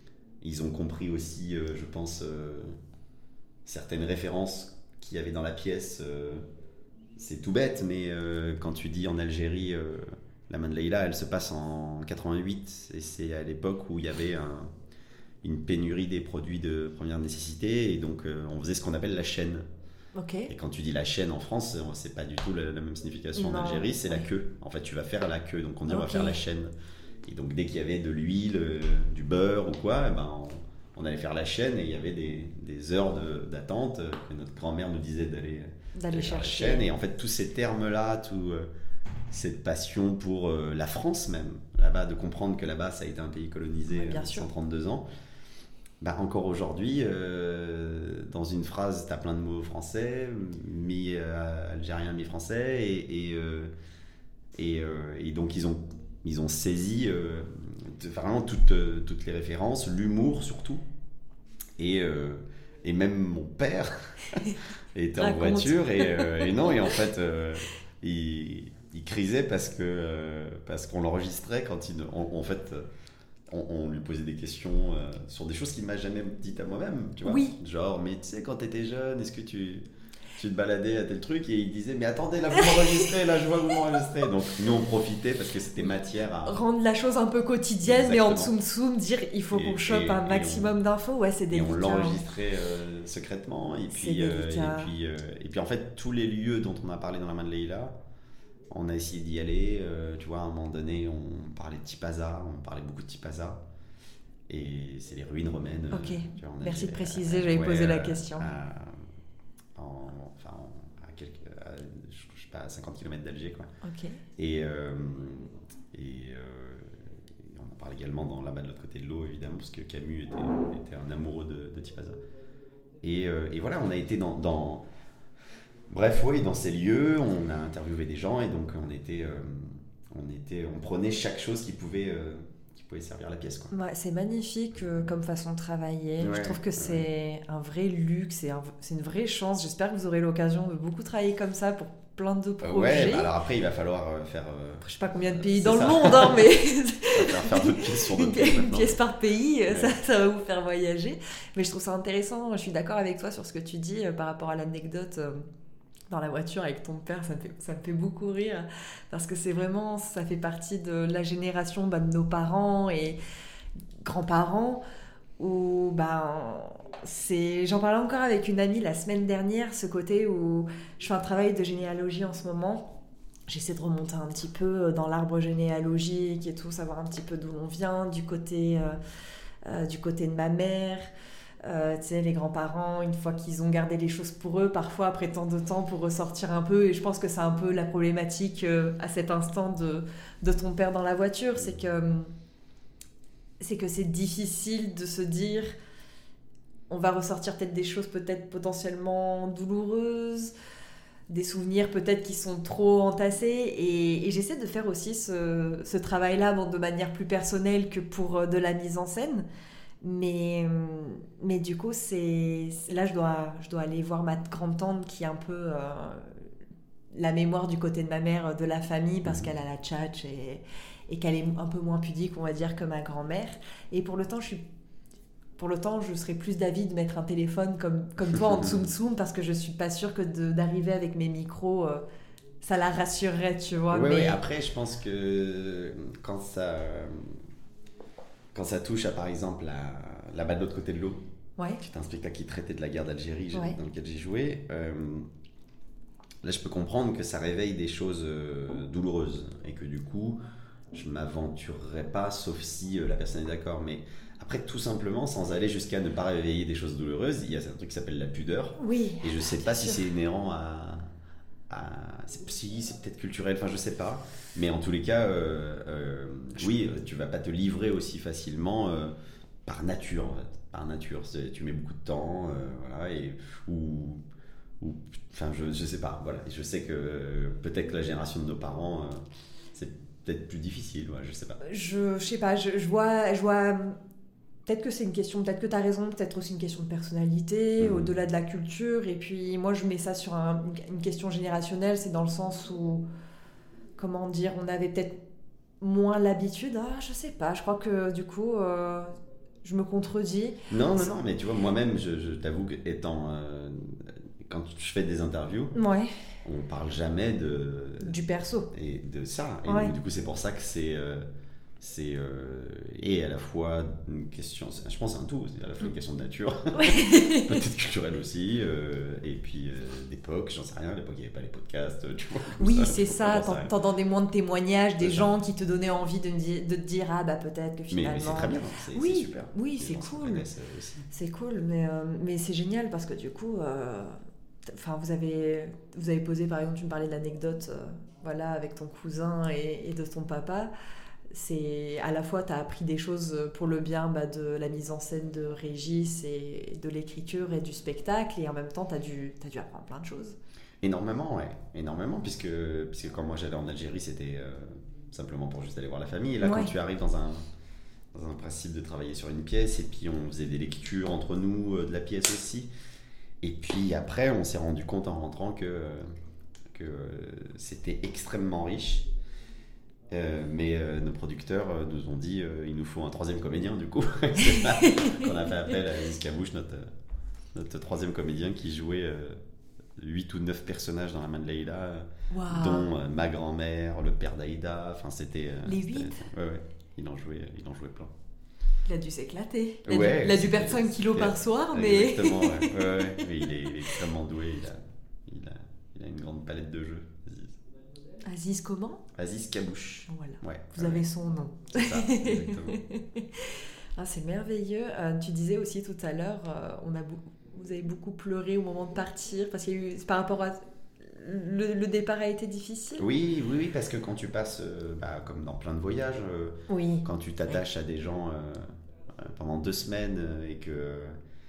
ils ont compris aussi, euh, je pense, euh, certaines références qu'il y avait dans la pièce. euh, c'est tout bête, mais euh, quand tu dis en Algérie, euh, la main de Leïla, elle se passe en quatre-vingt-huit, et c'est à l'époque où il y avait un- une pénurie des produits de première nécessité, et donc euh, on faisait ce qu'on appelle la chaîne. Ok. Et quand tu dis la chaîne en France, c'est pas du tout la, la même signification Non, en Algérie, c'est la ouais. queue. En fait, tu vas faire la queue, donc on dit on va Ok. faire la chaîne. Et donc dès qu'il y avait de l'huile, euh, du beurre ou quoi, eh ben, on, on allait faire la chaîne, et il y avait des, des heures de- d'attente euh, que notre grand-mère nous disait d'aller D'aller faire la chercher. chaîne. Et en fait, tous ces termes-là, tout, euh, cette passion pour euh, la France même, là-bas, de comprendre que là-bas, ça a été un pays colonisé Ouais, bien euh, sûr. cent trente-deux ans. Bah, encore aujourd'hui, euh, dans une phrase, tu as plein de mots français, mi-algérien, mi-français, et, et, euh, et, euh, et donc ils ont, ils ont saisi euh, de- vraiment toutes, euh, toutes les références, l'humour surtout, et, euh, et même mon père était en Raconte. voiture, et, euh, et non, et en fait, euh, il, il crisait parce, que, euh, parce qu'on l'enregistrait quand il... En, en fait... On, on lui posait des questions euh, sur des choses qu'il m'a jamais dites à moi-même, tu vois. Oui. Genre, mais tu sais, quand t'étais jeune, est-ce que tu, tu te baladais à tel truc? Et il disait, mais attendez, là vous m'enregistrez, là je vois que vous m'enregistrez. Donc nous on profitait parce que c'était matière à... Rendre la chose un peu quotidienne, mais en Exactement. dessous dessous, dire il faut Et- qu'on chope et- un et maximum d'infos. Ouais, c'est Et délicat. on l'enregistrait euh, secrètement. Et C'est puis, euh, délicat. et, puis, euh, et puis en fait, tous les lieux dont on a parlé dans la main de Leïla, on a essayé d'y aller. euh, tu vois, à un moment donné, on parlait de Tipaza, on parlait beaucoup de Tipaza. Et c'est les ruines romaines. Ok. tu vois, en Merci de Algérie, préciser, euh, j'avais ouais, posé la euh, question. à- en- enfin, en- à, quelques, à, je je sais pas, à cinquante kilomètres d'Alger, quoi. Ok. Et, euh, et, euh, et on en parle également dans là-bas de l'autre côté de l'eau, évidemment, parce que Camus était, était un amoureux de, de Tipaza. Et, euh, et voilà, on a été dans, dans... Bref, oui, dans ces lieux, on a interviewé des gens, et donc on était... euh, on, était on prenait chaque chose qui pouvait... euh, qui pouvait servir à la pièce, quoi. Ouais, c'est magnifique euh, comme façon de travailler. Ouais, Je trouve que ouais. c'est un vrai luxe, c'est un- c'est une vraie chance. J'espère que vous aurez l'occasion de beaucoup travailler comme ça pour plein de Euh, projets. ouais, bah alors après, il va falloir euh, faire... euh, Je sais pas combien de pays C'est dans ça. le monde, hein, mais il va falloir faire d'autres pièces sur une, d'autres pi- pays une maintenant. pièce par pays, euh, Ouais. ça, ça va vous faire voyager. Mais je trouve ça intéressant. Je suis d'accord avec toi sur ce que tu dis euh, par rapport à l'anecdote euh, dans la voiture avec ton père. Ça me fait, ça me fait beaucoup rire parce que c'est vraiment, ça fait partie de la génération bah, de nos parents et grands-parents où ben c'est, j'en parlais encore avec une amie la semaine dernière, ce côté où je fais un travail de généalogie en ce moment. J'essaie de remonter un petit peu dans l'arbre généalogique et tout, savoir un petit peu d'où l'on vient, du côté, euh, euh, du côté de ma mère, Euh, tu sais, les grands-parents, une fois qu'ils ont gardé les choses pour eux, parfois après tant de temps pour ressortir un peu. Et je pense que c'est un peu la problématique euh, à cet instant de, de ton père dans la voiture. C'est que, c'est que c'est difficile de se dire on va ressortir peut-être des choses peut-être potentiellement douloureuses, des souvenirs peut-être qui sont trop entassés. Et, et j'essaie de faire aussi ce, ce travail-là bon, de manière plus personnelle que pour de la mise en scène. Mais, mais du coup, c'est, là, je dois, je dois aller voir ma grande-tante qui est un peu euh, la mémoire du côté de ma mère de la famille parce qu'elle a la tchatche et, et qu'elle est un peu moins pudique, on va dire, que ma grand-mère. Et pour le temps, je suis Pour le temps, je serais plus d'avis de mettre un téléphone comme, comme toi en tsum-tsum parce que je suis pas sûre que de, d'arriver avec mes micros, euh, ça la rassurerait, tu vois. Oui, mais... oui, après, je pense que quand ça, quand ça touche à, par exemple, la, la balle de l'autre côté de l'eau, ouais. qui est un spectacle qui traitait de la guerre d'Algérie ouais. dans lequel j'ai joué, euh, là, je peux comprendre que ça réveille des choses euh, douloureuses et que du coup, je m'aventurerais pas, sauf si euh, la personne est d'accord, mais... Après, tout simplement, sans aller jusqu'à ne pas réveiller des choses douloureuses, il y a un truc qui s'appelle la pudeur. Oui. Et je ne sais pas si c'est inhérent à... à c'est, si, c'est peut-être culturel, enfin je ne sais pas. Mais en tous les cas, euh, euh, oui, tu ne vas pas te livrer aussi facilement euh, par nature. En fait. Par nature, c'est, tu mets beaucoup de temps, euh, voilà, et, ou... ou enfin, je ne sais pas. Voilà. Et je sais que euh, peut-être que la génération de nos parents, euh, c'est peut-être plus difficile, ouais, je ne sais pas. Je ne sais pas, je, je vois... Je vois... Peut-être que c'est une question, peut-être que tu as raison, peut-être aussi une question de personnalité, mmh. au-delà de la culture. Et puis moi, je mets ça sur un, une question générationnelle, c'est dans le sens où, comment dire, on avait peut-être moins l'habitude. Ah, je sais pas, je crois que du coup, euh, je me contredis. Non, non, non, mais tu vois, moi-même, je, je t'avoue qu'étant... Euh, quand je fais des interviews, ouais. on parle jamais de... Du perso. Et de ça. Et ouais. donc, du coup, c'est pour ça que c'est... Euh, c'est euh, et à la fois une question, je pense c'est un tout, c'est à la fois une question de nature, peut-être culturelle aussi, euh, et puis euh, d'époque, j'en sais rien, à l'époque il n'y avait pas les podcasts, tu vois. Oui, ça, c'est ça, t'entendais moins de témoignages des c'est gens ça. Qui te donnaient envie de, de te dire, ah bah peut-être que finalement... Mais, mais c'est très bien, c'est, oui, c'est super. Oui, c'est cool, c'est cool, mais, euh, mais c'est génial parce que du coup, euh, vous, avez, vous avez posé, par exemple, tu me parlais de l'anecdote, euh, voilà, avec ton cousin et, et de ton papa. C'est à la fois tu as appris des choses pour le bien bah, de la mise en scène de Régis et de l'écriture et du spectacle, et en même temps tu as dû, t'as dû apprendre plein de choses. Énormément, ouais, énormément, puisque, puisque quand moi j'allais en Algérie, c'était euh, simplement pour juste aller voir la famille, et là ouais. quand tu arrives dans un, dans un principe de travailler sur une pièce, et puis on faisait des lectures entre nous euh, de la pièce aussi, et puis après on s'est rendu compte en rentrant que, que c'était extrêmement riche. Euh, mais euh, nos producteurs euh, nous ont dit euh, il nous faut un troisième comédien du coup. C'est là qu'on a fait appel à Aziz Kabouche, notre, notre troisième comédien qui jouait euh, huit ou neuf personnages dans La main de Leïla, wow. dont euh, ma grand-mère, le père d'Aïda, enfin c'était... Euh, les huit ouais, ouais, il en jouait, il en jouait plein. Il a dû s'éclater, il a, ouais, dû, il a dû perdre cinq kilos par soir, mais... Exactement, ouais. ouais, ouais. Mais il, est, il est extrêmement doué, il a, il, a, il a une grande palette de jeux. Aziz comment ? Aziz Kabouche. Voilà. Ouais, vous ouais. avez son nom. C'est ça, exactement. Ah, c'est merveilleux. Euh, tu disais aussi tout à l'heure, euh, on a beaucoup, vous avez beaucoup pleuré au moment de partir, parce qu'il y a eu, par rapport à... Le, le départ a été difficile ? Oui, oui, oui, parce que quand tu passes, euh, bah, comme dans plein de voyages, euh, oui. quand tu t'attaches oui. à des gens euh, pendant deux semaines euh, et que...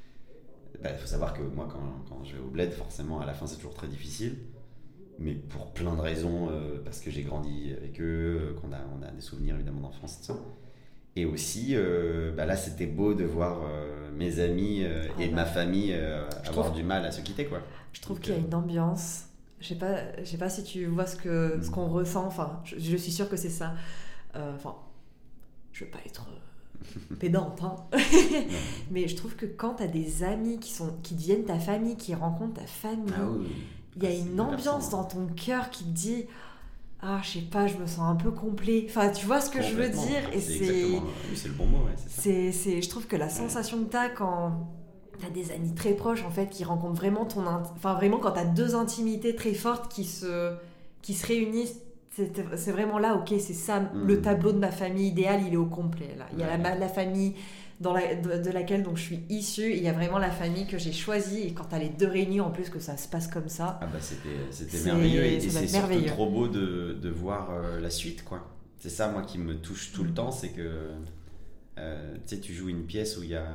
Il bah, faut savoir que moi, quand, quand je vais au bled, forcément, à la fin, c'est toujours très difficile. Mais pour plein de raisons, euh, parce que j'ai grandi avec eux, euh, qu'on a, on a des souvenirs évidemment d'enfance, tout ça. Et aussi, euh, bah là, c'était beau de voir euh, mes amis euh, ah et bah. ma famille euh, avoir trouve, du mal à se quitter, quoi. Je trouve Donc, qu'il y a une ambiance. Je sais pas, je sais pas si tu vois ce que mmh. ce qu'on ressent. Enfin, je, je suis sûre que c'est ça. Euh, enfin, je veux pas être pédante, hein. Mais je trouve que quand t'as des amis qui sont, qui deviennent ta famille, qui rencontrent ta famille. Ah oui. Il y a une ambiance dans ton cœur qui te dit ah je sais pas, je me sens un peu complet, enfin tu vois ce que je veux dire, et c'est, c'est oui, c'est le bon mot, ouais, c'est ça. C'est, c'est, je trouve que la sensation que t'as quand t'as des amis très proches en fait qui rencontrent vraiment ton int... enfin vraiment quand t'as deux intimités très fortes qui se qui se réunissent, c'est, c'est vraiment là, ok, c'est ça, mmh. le tableau de ma famille idéale, il est au complet là. Il y a ouais. la, la famille dans la, de, de laquelle donc, je suis issue. Il y a vraiment la famille que j'ai choisie. Et quand tu as les deux réunis, en plus, que ça se passe comme ça. Ah bah c'était, c'était c'est, merveilleux. Et, et c'est surtout merveilleux. trop beau de, de voir euh, la suite, quoi. C'est ça, moi, qui me touche tout le temps, c'est que euh, tu sais, tu joues une pièce où il y a...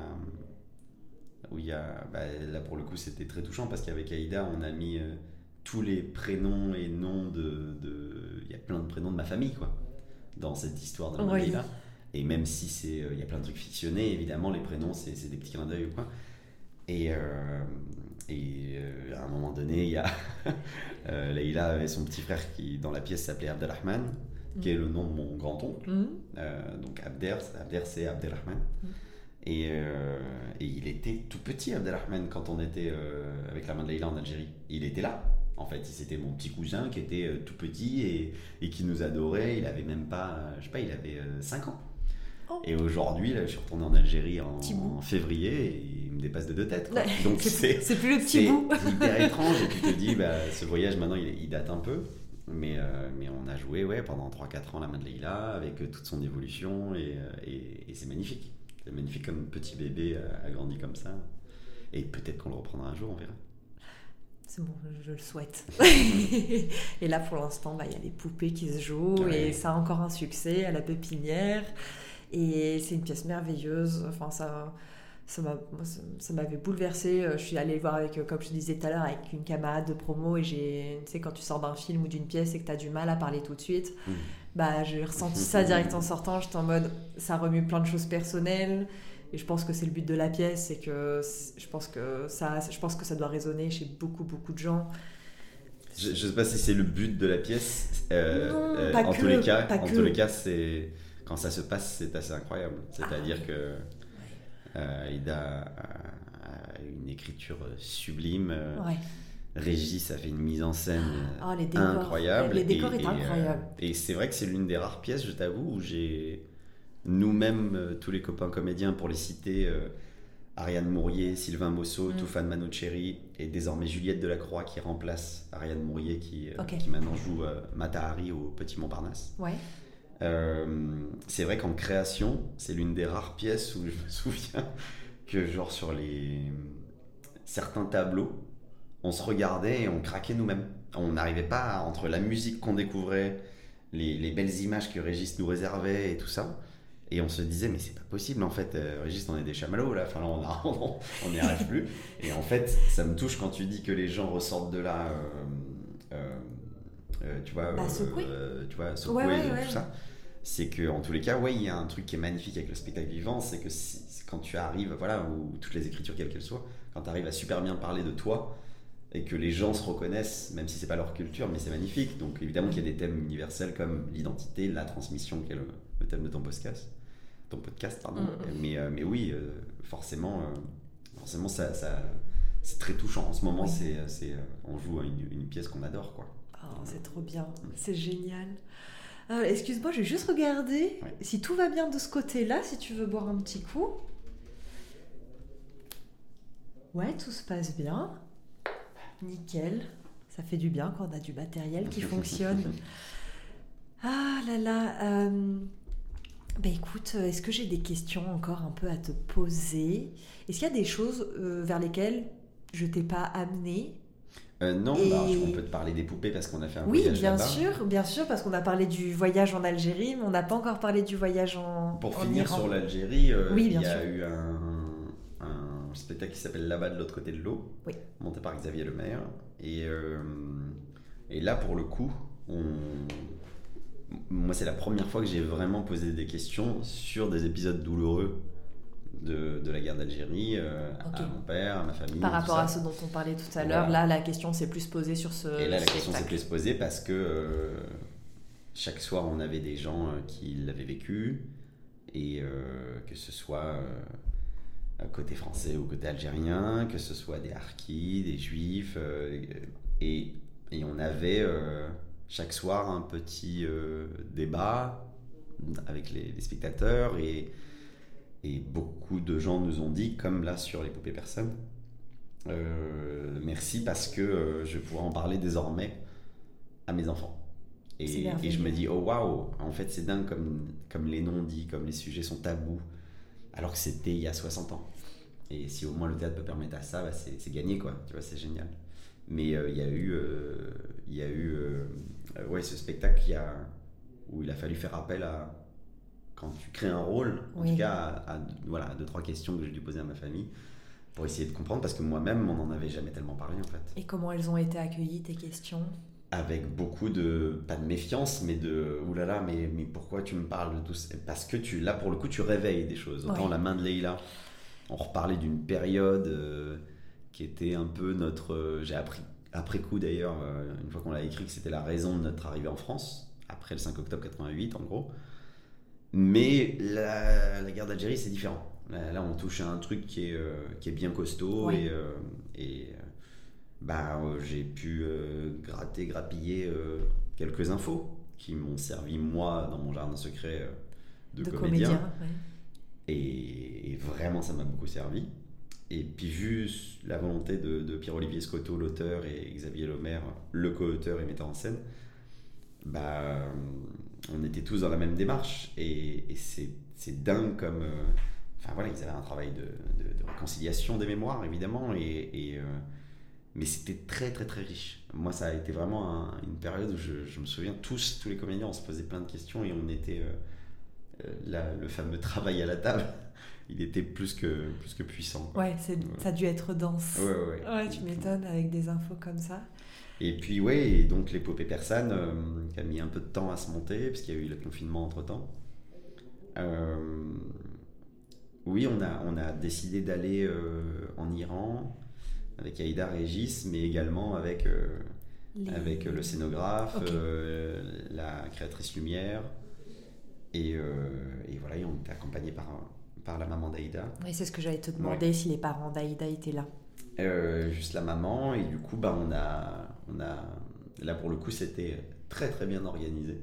Où il y a bah, là, pour le coup, c'était très touchant parce qu'avec Aïda, on a mis euh, tous les prénoms et noms de... de... Il y a plein de prénoms de ma famille, quoi, dans cette histoire de Oui. là. Et même si c'est, il euh, y a plein de trucs fictionnés, évidemment, les prénoms, c'est, c'est des petits clins d'œil ou quoi. Et, euh, et euh, à un moment donné, il y a euh, Leïla avait son petit frère qui, dans la pièce, s'appelait Abdelrahman, mmh. qui est le nom de mon grand-oncle. Mmh. Euh, donc Abder, Abder c'est Abdelrahman. Mmh. Et, euh, et il était tout petit, Abdelrahman, quand on était euh, avec la main de Leïla en Algérie. Il était là. En fait, c'était mon petit cousin qui était euh, tout petit et, et qui nous adorait. Il avait même pas, euh, je sais pas, il avait euh, cinq ans. Oh. Et aujourd'hui, là, je suis retourné en Algérie en, en février et il me dépasse de deux têtes. Quoi. Donc c'est, c'est, c'est plus le petit c'est bout. hyper étrange. Et tu te dis, bah, ce voyage maintenant, il, il date un peu. Mais, euh, mais on a joué ouais, pendant trois quatre ans la main de Leïla avec euh, toute son évolution et, et, et c'est magnifique. C'est magnifique comme petit bébé a, a grandi comme ça. Et peut-être qu'on le reprendra un jour, on verra. C'est bon, je le souhaite. Et là, pour l'instant, bah, y a les poupées qui se jouent ouais. et ça a encore un succès à la pépinière. Et c'est une pièce merveilleuse. Enfin, ça, ça, m'a, ça m'avait bouleversée. Je suis allée le voir, avec, comme je te disais tout à l'heure, avec une camarade de promo. Et j'ai, tu sais, quand tu sors d'un film ou d'une pièce et que tu as du mal à parler tout de suite, mmh. bah, j'ai ressenti ça direct en sortant. J'étais en mode, ça remue plein de choses personnelles. Et je pense que c'est le but de la pièce, c'est que je pense que ça, je pense que ça doit résonner chez beaucoup, beaucoup de gens. Je ne sais pas si c'est le but de la pièce. Euh, non, euh, pas en que, tous les cas, pas en que. tous les cas, c'est quand ça se passe, c'est assez incroyable. C'est-à-dire ah, que euh, Aïda a, a une écriture sublime. Ouais. Régis a fait une mise en scène oh, les décors. incroyable. Les décors et, est et, incroyable. Euh, et c'est vrai que c'est l'une des rares pièces, je t'avoue, où j'ai nous-mêmes, euh, tous les copains comédiens, pour les citer, euh, Ariane Mourier, Sylvain Mosso, mm. Toufan Manoucheri et désormais Juliette Delacroix qui remplace Ariane Mourier qui, euh, okay. qui maintenant joue euh, Mata Hari au Petit Montparnasse. Ouais. Euh, c'est vrai qu'en création, c'est l'une des rares pièces où je me souviens que genre sur les certains tableaux, on se regardait et on craquait nous-mêmes. On n'arrivait pas, à, entre la musique qu'on découvrait, les, les belles images que Régis nous réservait et tout ça, et on se disait mais c'est pas possible en fait, euh, Régis on est des chamallows là, enfin là on n'y arrive plus. Et en fait ça me touche quand tu dis que les gens ressortent de là euh, euh, euh, tu vois bah, secoué. Euh, tu vois secoué ouais, ouais, et tout ouais. ça. C'est que en tous les cas ouais il y a un truc qui est magnifique avec le spectacle vivant, c'est que si, quand tu arrives voilà, ou toutes les écritures quelles qu'elles soient, quand tu arrives à super bien parler de toi et que les gens se reconnaissent, même si c'est pas leur culture, mais c'est magnifique. Donc évidemment qu'il y a des thèmes universels comme l'identité, la transmission, qui est le, le thème de ton podcast, ton podcast, pardon. Mm-hmm. Mais, euh, mais oui, euh, forcément, euh, forcément ça, ça, c'est très touchant. En ce moment, oui. c'est, c'est, euh, on joue à une, une pièce qu'on adore, quoi. Oh, c'est trop bien, mm. c'est génial. Euh, excuse-moi, je vais juste regarder ouais. si tout va bien de ce côté-là, si tu veux boire un petit coup. Ouais, tout se passe bien. Nickel, ça fait du bien quand on a du matériel qui fonctionne. Ah là là, euh, bah écoute, est-ce que j'ai des questions encore un peu à te poser ? Est-ce qu'il y a des choses euh, vers lesquelles je t'ai pas amené ? euh, Non, Et... bah, on peut te parler des poupées parce qu'on a fait un oui, voyage bien là-bas. sûr, bien sûr, parce qu'on a parlé du voyage en Algérie, mais on n'a pas encore parlé du voyage en Pour en finir Iran. Sur l'Algérie, euh, oui, il y a sûr. eu un... un spectacle qui s'appelle Là-bas de l'autre côté de l'eau, oui. monté par Xavier Lemaire. Et, euh, et là, pour le coup, on... moi, c'est la première fois que j'ai vraiment posé des questions sur des épisodes douloureux de, de la guerre d'Algérie, euh, okay. à mon père, à ma famille. Par rapport ça. à ce dont on parlait tout à voilà. l'heure, là, la question s'est plus posée sur ce Et là, la spectacle. question s'est plus posée parce que euh, chaque soir, on avait des gens euh, qui l'avaient vécu, et euh, que ce soit... Euh, côté français ou côté algérien, que ce soit des harkis, des juifs, euh, et, et on avait euh, chaque soir un petit euh, débat avec les, les spectateurs, et, et beaucoup de gens nous ont dit, comme là sur les poupées personnes, euh, merci parce que euh, je pourrais en parler désormais à mes enfants. Et, et je me dis, oh waouh, en fait c'est dingue comme, comme les noms dits, comme les sujets sont tabous. alors que c'était il y a soixante ans. Et si au moins le théâtre peut permettre à ça, bah c'est, c'est gagné, quoi. Tu vois, c'est génial. Mais il euh, y a eu, euh, y a eu euh, euh, ouais, ce spectacle qui a, où il a fallu faire appel à, quand tu crées un rôle, en oui. tout cas, à, à, voilà, à deux, trois questions que j'ai dû poser à ma famille pour essayer de comprendre, parce que moi-même, on n'en avait jamais tellement parlé, en fait. Et comment elles ont été accueillies, tes questions ? Avec beaucoup de, pas de méfiance, mais de oulala, mais, mais pourquoi tu me parles de tout ça ? Parce que tu, là, pour le coup, tu réveilles des choses. Autant oui. La main de Leïla, on reparlait d'une période euh, qui était un peu notre. Euh, j'ai appris après coup d'ailleurs, euh, une fois qu'on l'a écrit, que c'était la raison de notre arrivée en France, après le cinq octobre quatre-vingt-huit en gros. Mais la, la guerre d'Algérie, c'est différent. Là, là, on touche à un truc qui est, euh, qui est bien costaud oui. et. Euh, et Bah, euh, j'ai pu euh, gratter, grappiller euh, quelques infos qui m'ont servi, moi, dans mon jardin secret euh, de, de comédien. comédien ouais. et, et vraiment, ça m'a beaucoup servi. Et puis, vu la volonté de, de Pierre-Olivier Scotto, l'auteur, et Xavier Lemaire, le co-auteur et metteur en scène, bah, on était tous dans la même démarche. Et, et c'est, c'est dingue comme... Euh, enfin, voilà, ils avaient un travail de, de, de réconciliation des mémoires, évidemment, et... et euh, mais c'était très très très riche. Moi, ça a été vraiment un, une période où je, je me souviens, tous, tous les comédiens, on se posait plein de questions et on était euh, euh, là, le fameux travail à la table, il était plus que, plus que puissant. Quoi. Ouais, c'est, ouais, ça a dû être dense. Ouais, ouais, ouais. Ouais, tu m'étonnes avec des infos comme ça. Et puis, ouais, et donc l'épopée persane euh, qui a mis un peu de temps à se monter, parce qu'il y a eu le confinement entre temps. Euh, oui, on a, on a décidé d'aller euh, en Iran. Avec Aïda Régis, mais également avec, euh, Les... avec le scénographe, okay. euh, la créatrice lumière. Et, euh, et voilà, et on était accompagné par, par la maman d'Aïda. Oui, c'est ce que j'allais te demander, ouais. si les parents d'Aïda étaient là. Euh, juste la maman, et du coup, bah, on a, on a, là pour le coup, c'était très très bien organisé.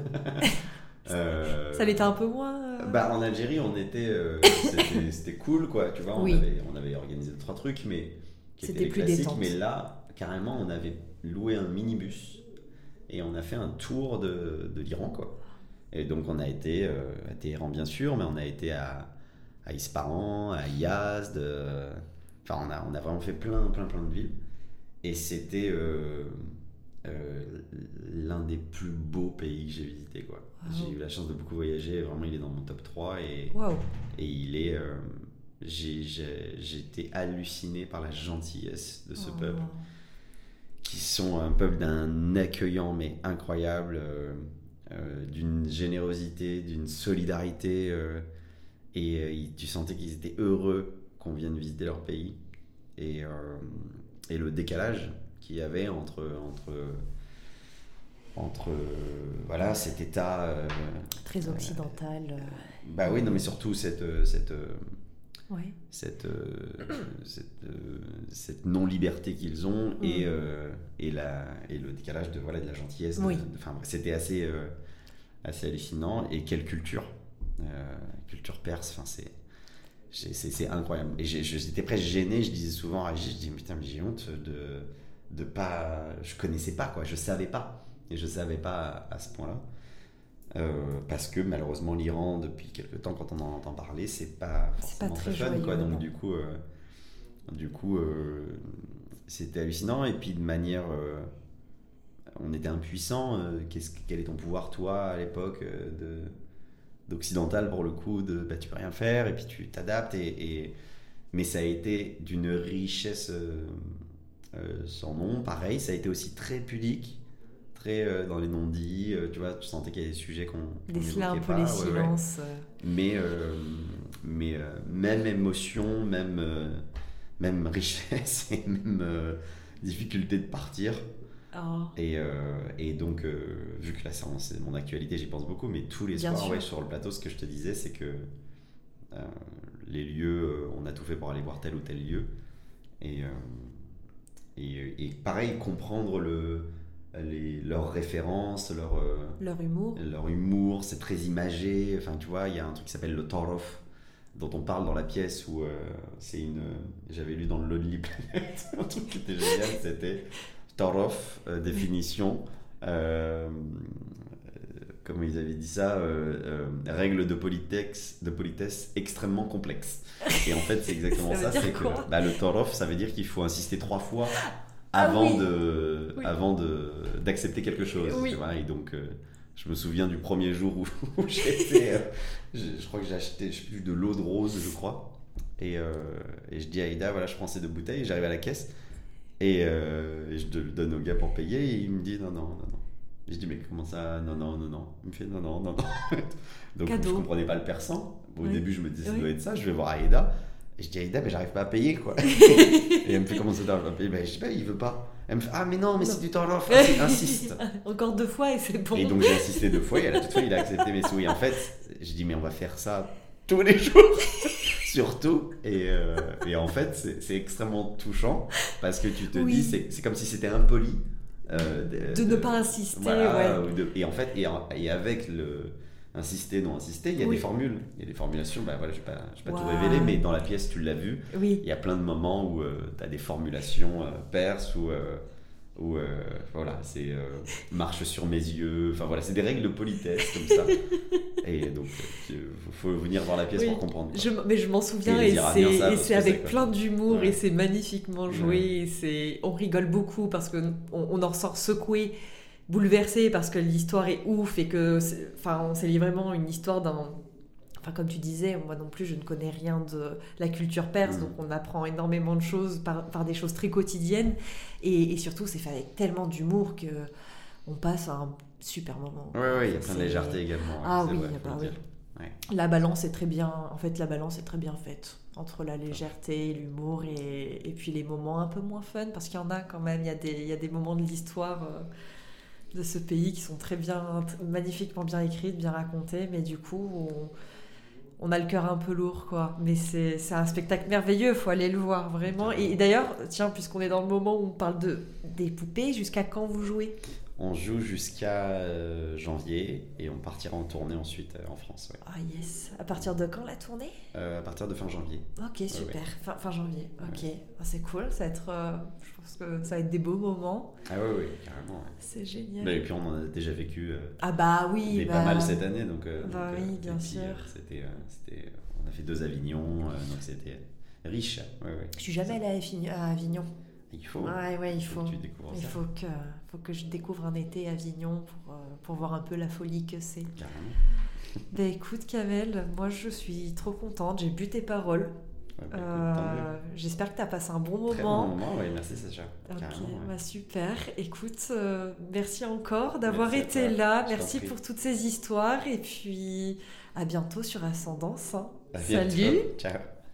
euh, Ça l'était un peu moins euh... bah, en Algérie, on était, euh, c'était, c'était cool, quoi, tu vois, on, oui. avait, on avait organisé deux, trois trucs, mais... C'était plus détente. Mais là, carrément, on avait loué un minibus et on a fait un tour de, de l'Iran, quoi. Et donc, on a été euh, à Téhéran, bien sûr, mais on a été à, à Ispahan, à Yazd. Euh, enfin, on a, on a vraiment fait plein, plein, plein de villes. Et c'était euh, euh, l'un des plus beaux pays que j'ai visité, quoi. Wow. J'ai eu la chance de beaucoup voyager. Vraiment, il est dans mon top trois. Et, wow. et il est... Euh, J'ai, j'ai, j'ai été halluciné par la gentillesse de ce oh. peuple, qui sont un peuple d'un accueillant mais incroyable, euh, euh, d'une générosité, d'une solidarité, euh, et euh, tu sentais qu'ils étaient heureux qu'on vienne visiter leur pays, et, euh, et le décalage qu'il y avait entre entre entre voilà cet état euh, très occidental. Euh, bah oui, non mais surtout cette cette Ouais. Cette, euh, cette, euh, cette non-liberté qu'ils ont mmh. et, euh, et, la, et le décalage de, voilà, de la gentillesse. Oui. De, de, enfin, c'était assez, euh, assez hallucinant. Et quelle culture euh, culture perse, enfin, c'est, c'est, c'est, c'est incroyable. Et j'ai, j'étais presque gêné, je disais souvent à Régis, je dis putain, mais j'ai honte de, de pas... Je connaissais pas, quoi, je savais pas. Et je savais pas à, à ce point-là. Euh, parce que malheureusement l'Iran depuis quelques temps quand on en entend parler c'est pas forcément c'est pas très fun joyeux, quoi. Donc non. du coup euh, du coup euh, c'était hallucinant et puis de manière euh, on était impuissants euh, qu'est-ce, quel est ton pouvoir toi à l'époque euh, de, d'occidental pour le coup de bah, tu peux rien faire et puis tu t'adaptes et, et... mais ça a été d'une richesse euh, euh, sans nom. Pareil, ça a été aussi très pudique, très euh, dans les non-dits, euh, tu vois, tu sentais qu'il y avait des sujets qu'on déceler un peu pas, les ouais, silences. Ouais. Mais, euh, mais euh, même émotion, même, euh, même richesse et même euh, difficulté de partir. Oh. Et, euh, et donc, euh, vu que là c'est mon actualité, j'y pense beaucoup, mais tous les Bien soirs, sûr. ouais, sur le plateau, ce que je te disais, c'est que euh, les lieux, euh, on a tout fait pour aller voir tel ou tel lieu. Et, euh, et, et pareil, comprendre le... Les, leurs références, leur, euh, leur humour. Leur humour, c'est très imagé. Enfin, tu vois, il y a un truc qui s'appelle le Torof, dont on parle dans la pièce où euh, c'est une. J'avais lu dans le Lonely Planet, un truc qui était génial, c'était Torof, euh, définition, euh, comment ils avaient dit ça, euh, euh, règle de politesse, de politesse extrêmement complexe. Et en fait, c'est exactement ça. ça c'est quoi que bah, le torof, ça veut dire qu'il faut insister trois fois avant, ah oui. de, oui. avant de, d'accepter quelque chose. Oui. Tu vois, et donc, euh, je me souviens du premier jour où, où j'étais. Euh, je, je crois que j'ai acheté, je sais plus, de l'eau de rose, je crois. Et, euh, et je dis à Aïda, voilà, je prends ces deux bouteilles. J'arrive à la caisse et, euh, et je le donne au gars pour payer. Et il me dit non, non, non, non. Je dis, mais comment ça? Non, non, non, non. Il me fait, non, non, non, non. Donc, Cadeau. je comprenais pas le persan. Au oui. début, je me disais, ça oui. doit être ça. Je vais voir Aïda. Et je dis, Aïda, mais j'arrive pas à payer, quoi. Et elle me fait, comment ça, t'arrives pas à payer? Ben, je dis, ben, il veut pas. Elle me fait, ah, mais non, mais non. c'est du torof. Insiste. Encore deux fois et c'est bon. Et donc, j'ai insisté deux fois. Et à la toute fin, il a accepté mes sous. Et en fait, je dis, mais on va faire ça tous les jours. Surtout. Et, euh, et en fait, c'est, c'est extrêmement touchant. Parce que tu te oui. dis, c'est, c'est comme si c'était impoli. Euh, de, de, de ne pas insister, voilà, ouais. de, et en fait, et, et avec le insister, non insister, il y a oui. des formules, il y a des formulations, bah voilà, je ne vais pas, je vais pas wow. tout révéler, mais dans la pièce, tu l'as vu, oui. il y a plein de moments où euh, tu as des formulations euh, perses, ou euh, où, euh, voilà, c'est euh, marche sur mes yeux, enfin voilà, c'est des règles de politesse comme ça. Et donc, il euh, faut venir voir la pièce oui. pour comprendre. Je, mais je m'en souviens, et, et c'est, et c'est avec plein d'humour, ouais. et c'est magnifiquement joué. Ouais. Et c'est, on rigole beaucoup parce qu'on on en ressort secoué, bouleversé, parce que l'histoire est ouf et que, c'est, enfin, c'est vraiment une histoire d'un. Enfin, comme tu disais, moi non plus, je ne connais rien de la culture perse, mmh. donc on apprend énormément de choses par, par des choses très quotidiennes. Et, et surtout, c'est fait avec tellement d'humour qu'on passe un super moment. Oui, oui, il y a plein de légèreté également. Ah ouais, oui, vrai, bah oui. Ouais. La balance est très bien, en fait, la balance est très bien faite entre la légèreté, l'humour et, et puis les moments un peu moins fun, parce qu'il y en a quand même, il y a des, il y a des moments de l'histoire euh, de ce pays qui sont très bien, magnifiquement bien écrits, bien racontés, mais du coup, on, on a le cœur un peu lourd, quoi. Mais c'est, c'est un spectacle merveilleux, il faut aller le voir, vraiment. Et, et d'ailleurs, tiens, puisqu'on est dans le moment où on parle de, des poupées, jusqu'à quand vous jouez ? On joue jusqu'à euh, janvier et on partira en tournée ensuite euh, en France. Ouais. Ah oh yes. À partir de quand la tournée ? euh, À partir de fin janvier. Ok, super. Ouais, ouais. Fin, fin janvier. Ok. Ouais. Ah, c'est cool. Ça va être, euh, je pense que ça va être des beaux moments. Ah oui, oui, carrément. Ouais. C'est génial. Bah, et puis on en a déjà vécu. Euh, ah bah oui. Mais bah... pas mal cette année, donc. Euh, bah donc, oui, euh, bien puis, sûr. Euh, c'était, euh, c'était, on a fait deux Avignon, euh, donc c'était riche. Ouais, ouais. Je suis jamais allée à Avignon. À Avignon. Il faut. Ouais, ouais, il faut. faut que tu découvres il ça. faut que, faut que je découvre un été à Avignon pour, euh, pour voir un peu la folie que c'est. Carrément. Bah écoute, Kamel, moi je suis trop contente. J'ai bu tes paroles. Ouais, bah, euh, écoute, j'espère que tu as passé un bon moment. Très bon moment, oui, merci Sacha. Ok, Carrément, ouais. bah super. Écoute, euh, merci encore d'avoir merci été là. Je merci pour toutes ces histoires. Et puis à bientôt sur Ascendance. Hein. À Salut. Bientôt. Ciao.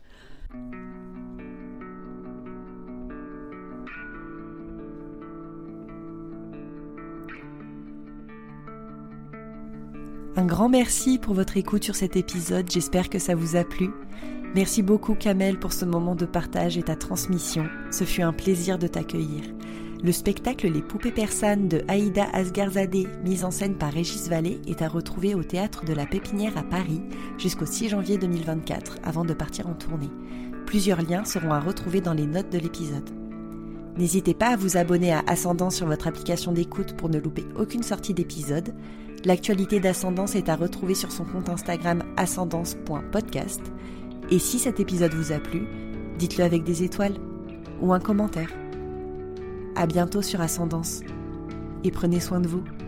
Un grand merci pour votre écoute sur cet épisode, j'espère que ça vous a plu. Merci beaucoup Kamel pour ce moment de partage et ta transmission, ce fut un plaisir de t'accueillir. Le spectacle Les Poupées Persanes de Aïda Asgharzadeh, mise en scène par Régis Vallée, est à retrouver au Théâtre de la Pépinière à Paris jusqu'au six janvier deux mille vingt-quatre, avant de partir en tournée. Plusieurs liens seront à retrouver dans les notes de l'épisode. N'hésitez pas à vous abonner à Ascendance sur votre application d'écoute pour ne louper aucune sortie d'épisode. L'actualité d'Ascendance est à retrouver sur son compte Instagram ascendance point podcast. Et si cet épisode vous a plu, dites-le avec des étoiles ou un commentaire. À bientôt sur Ascendance et prenez soin de vous.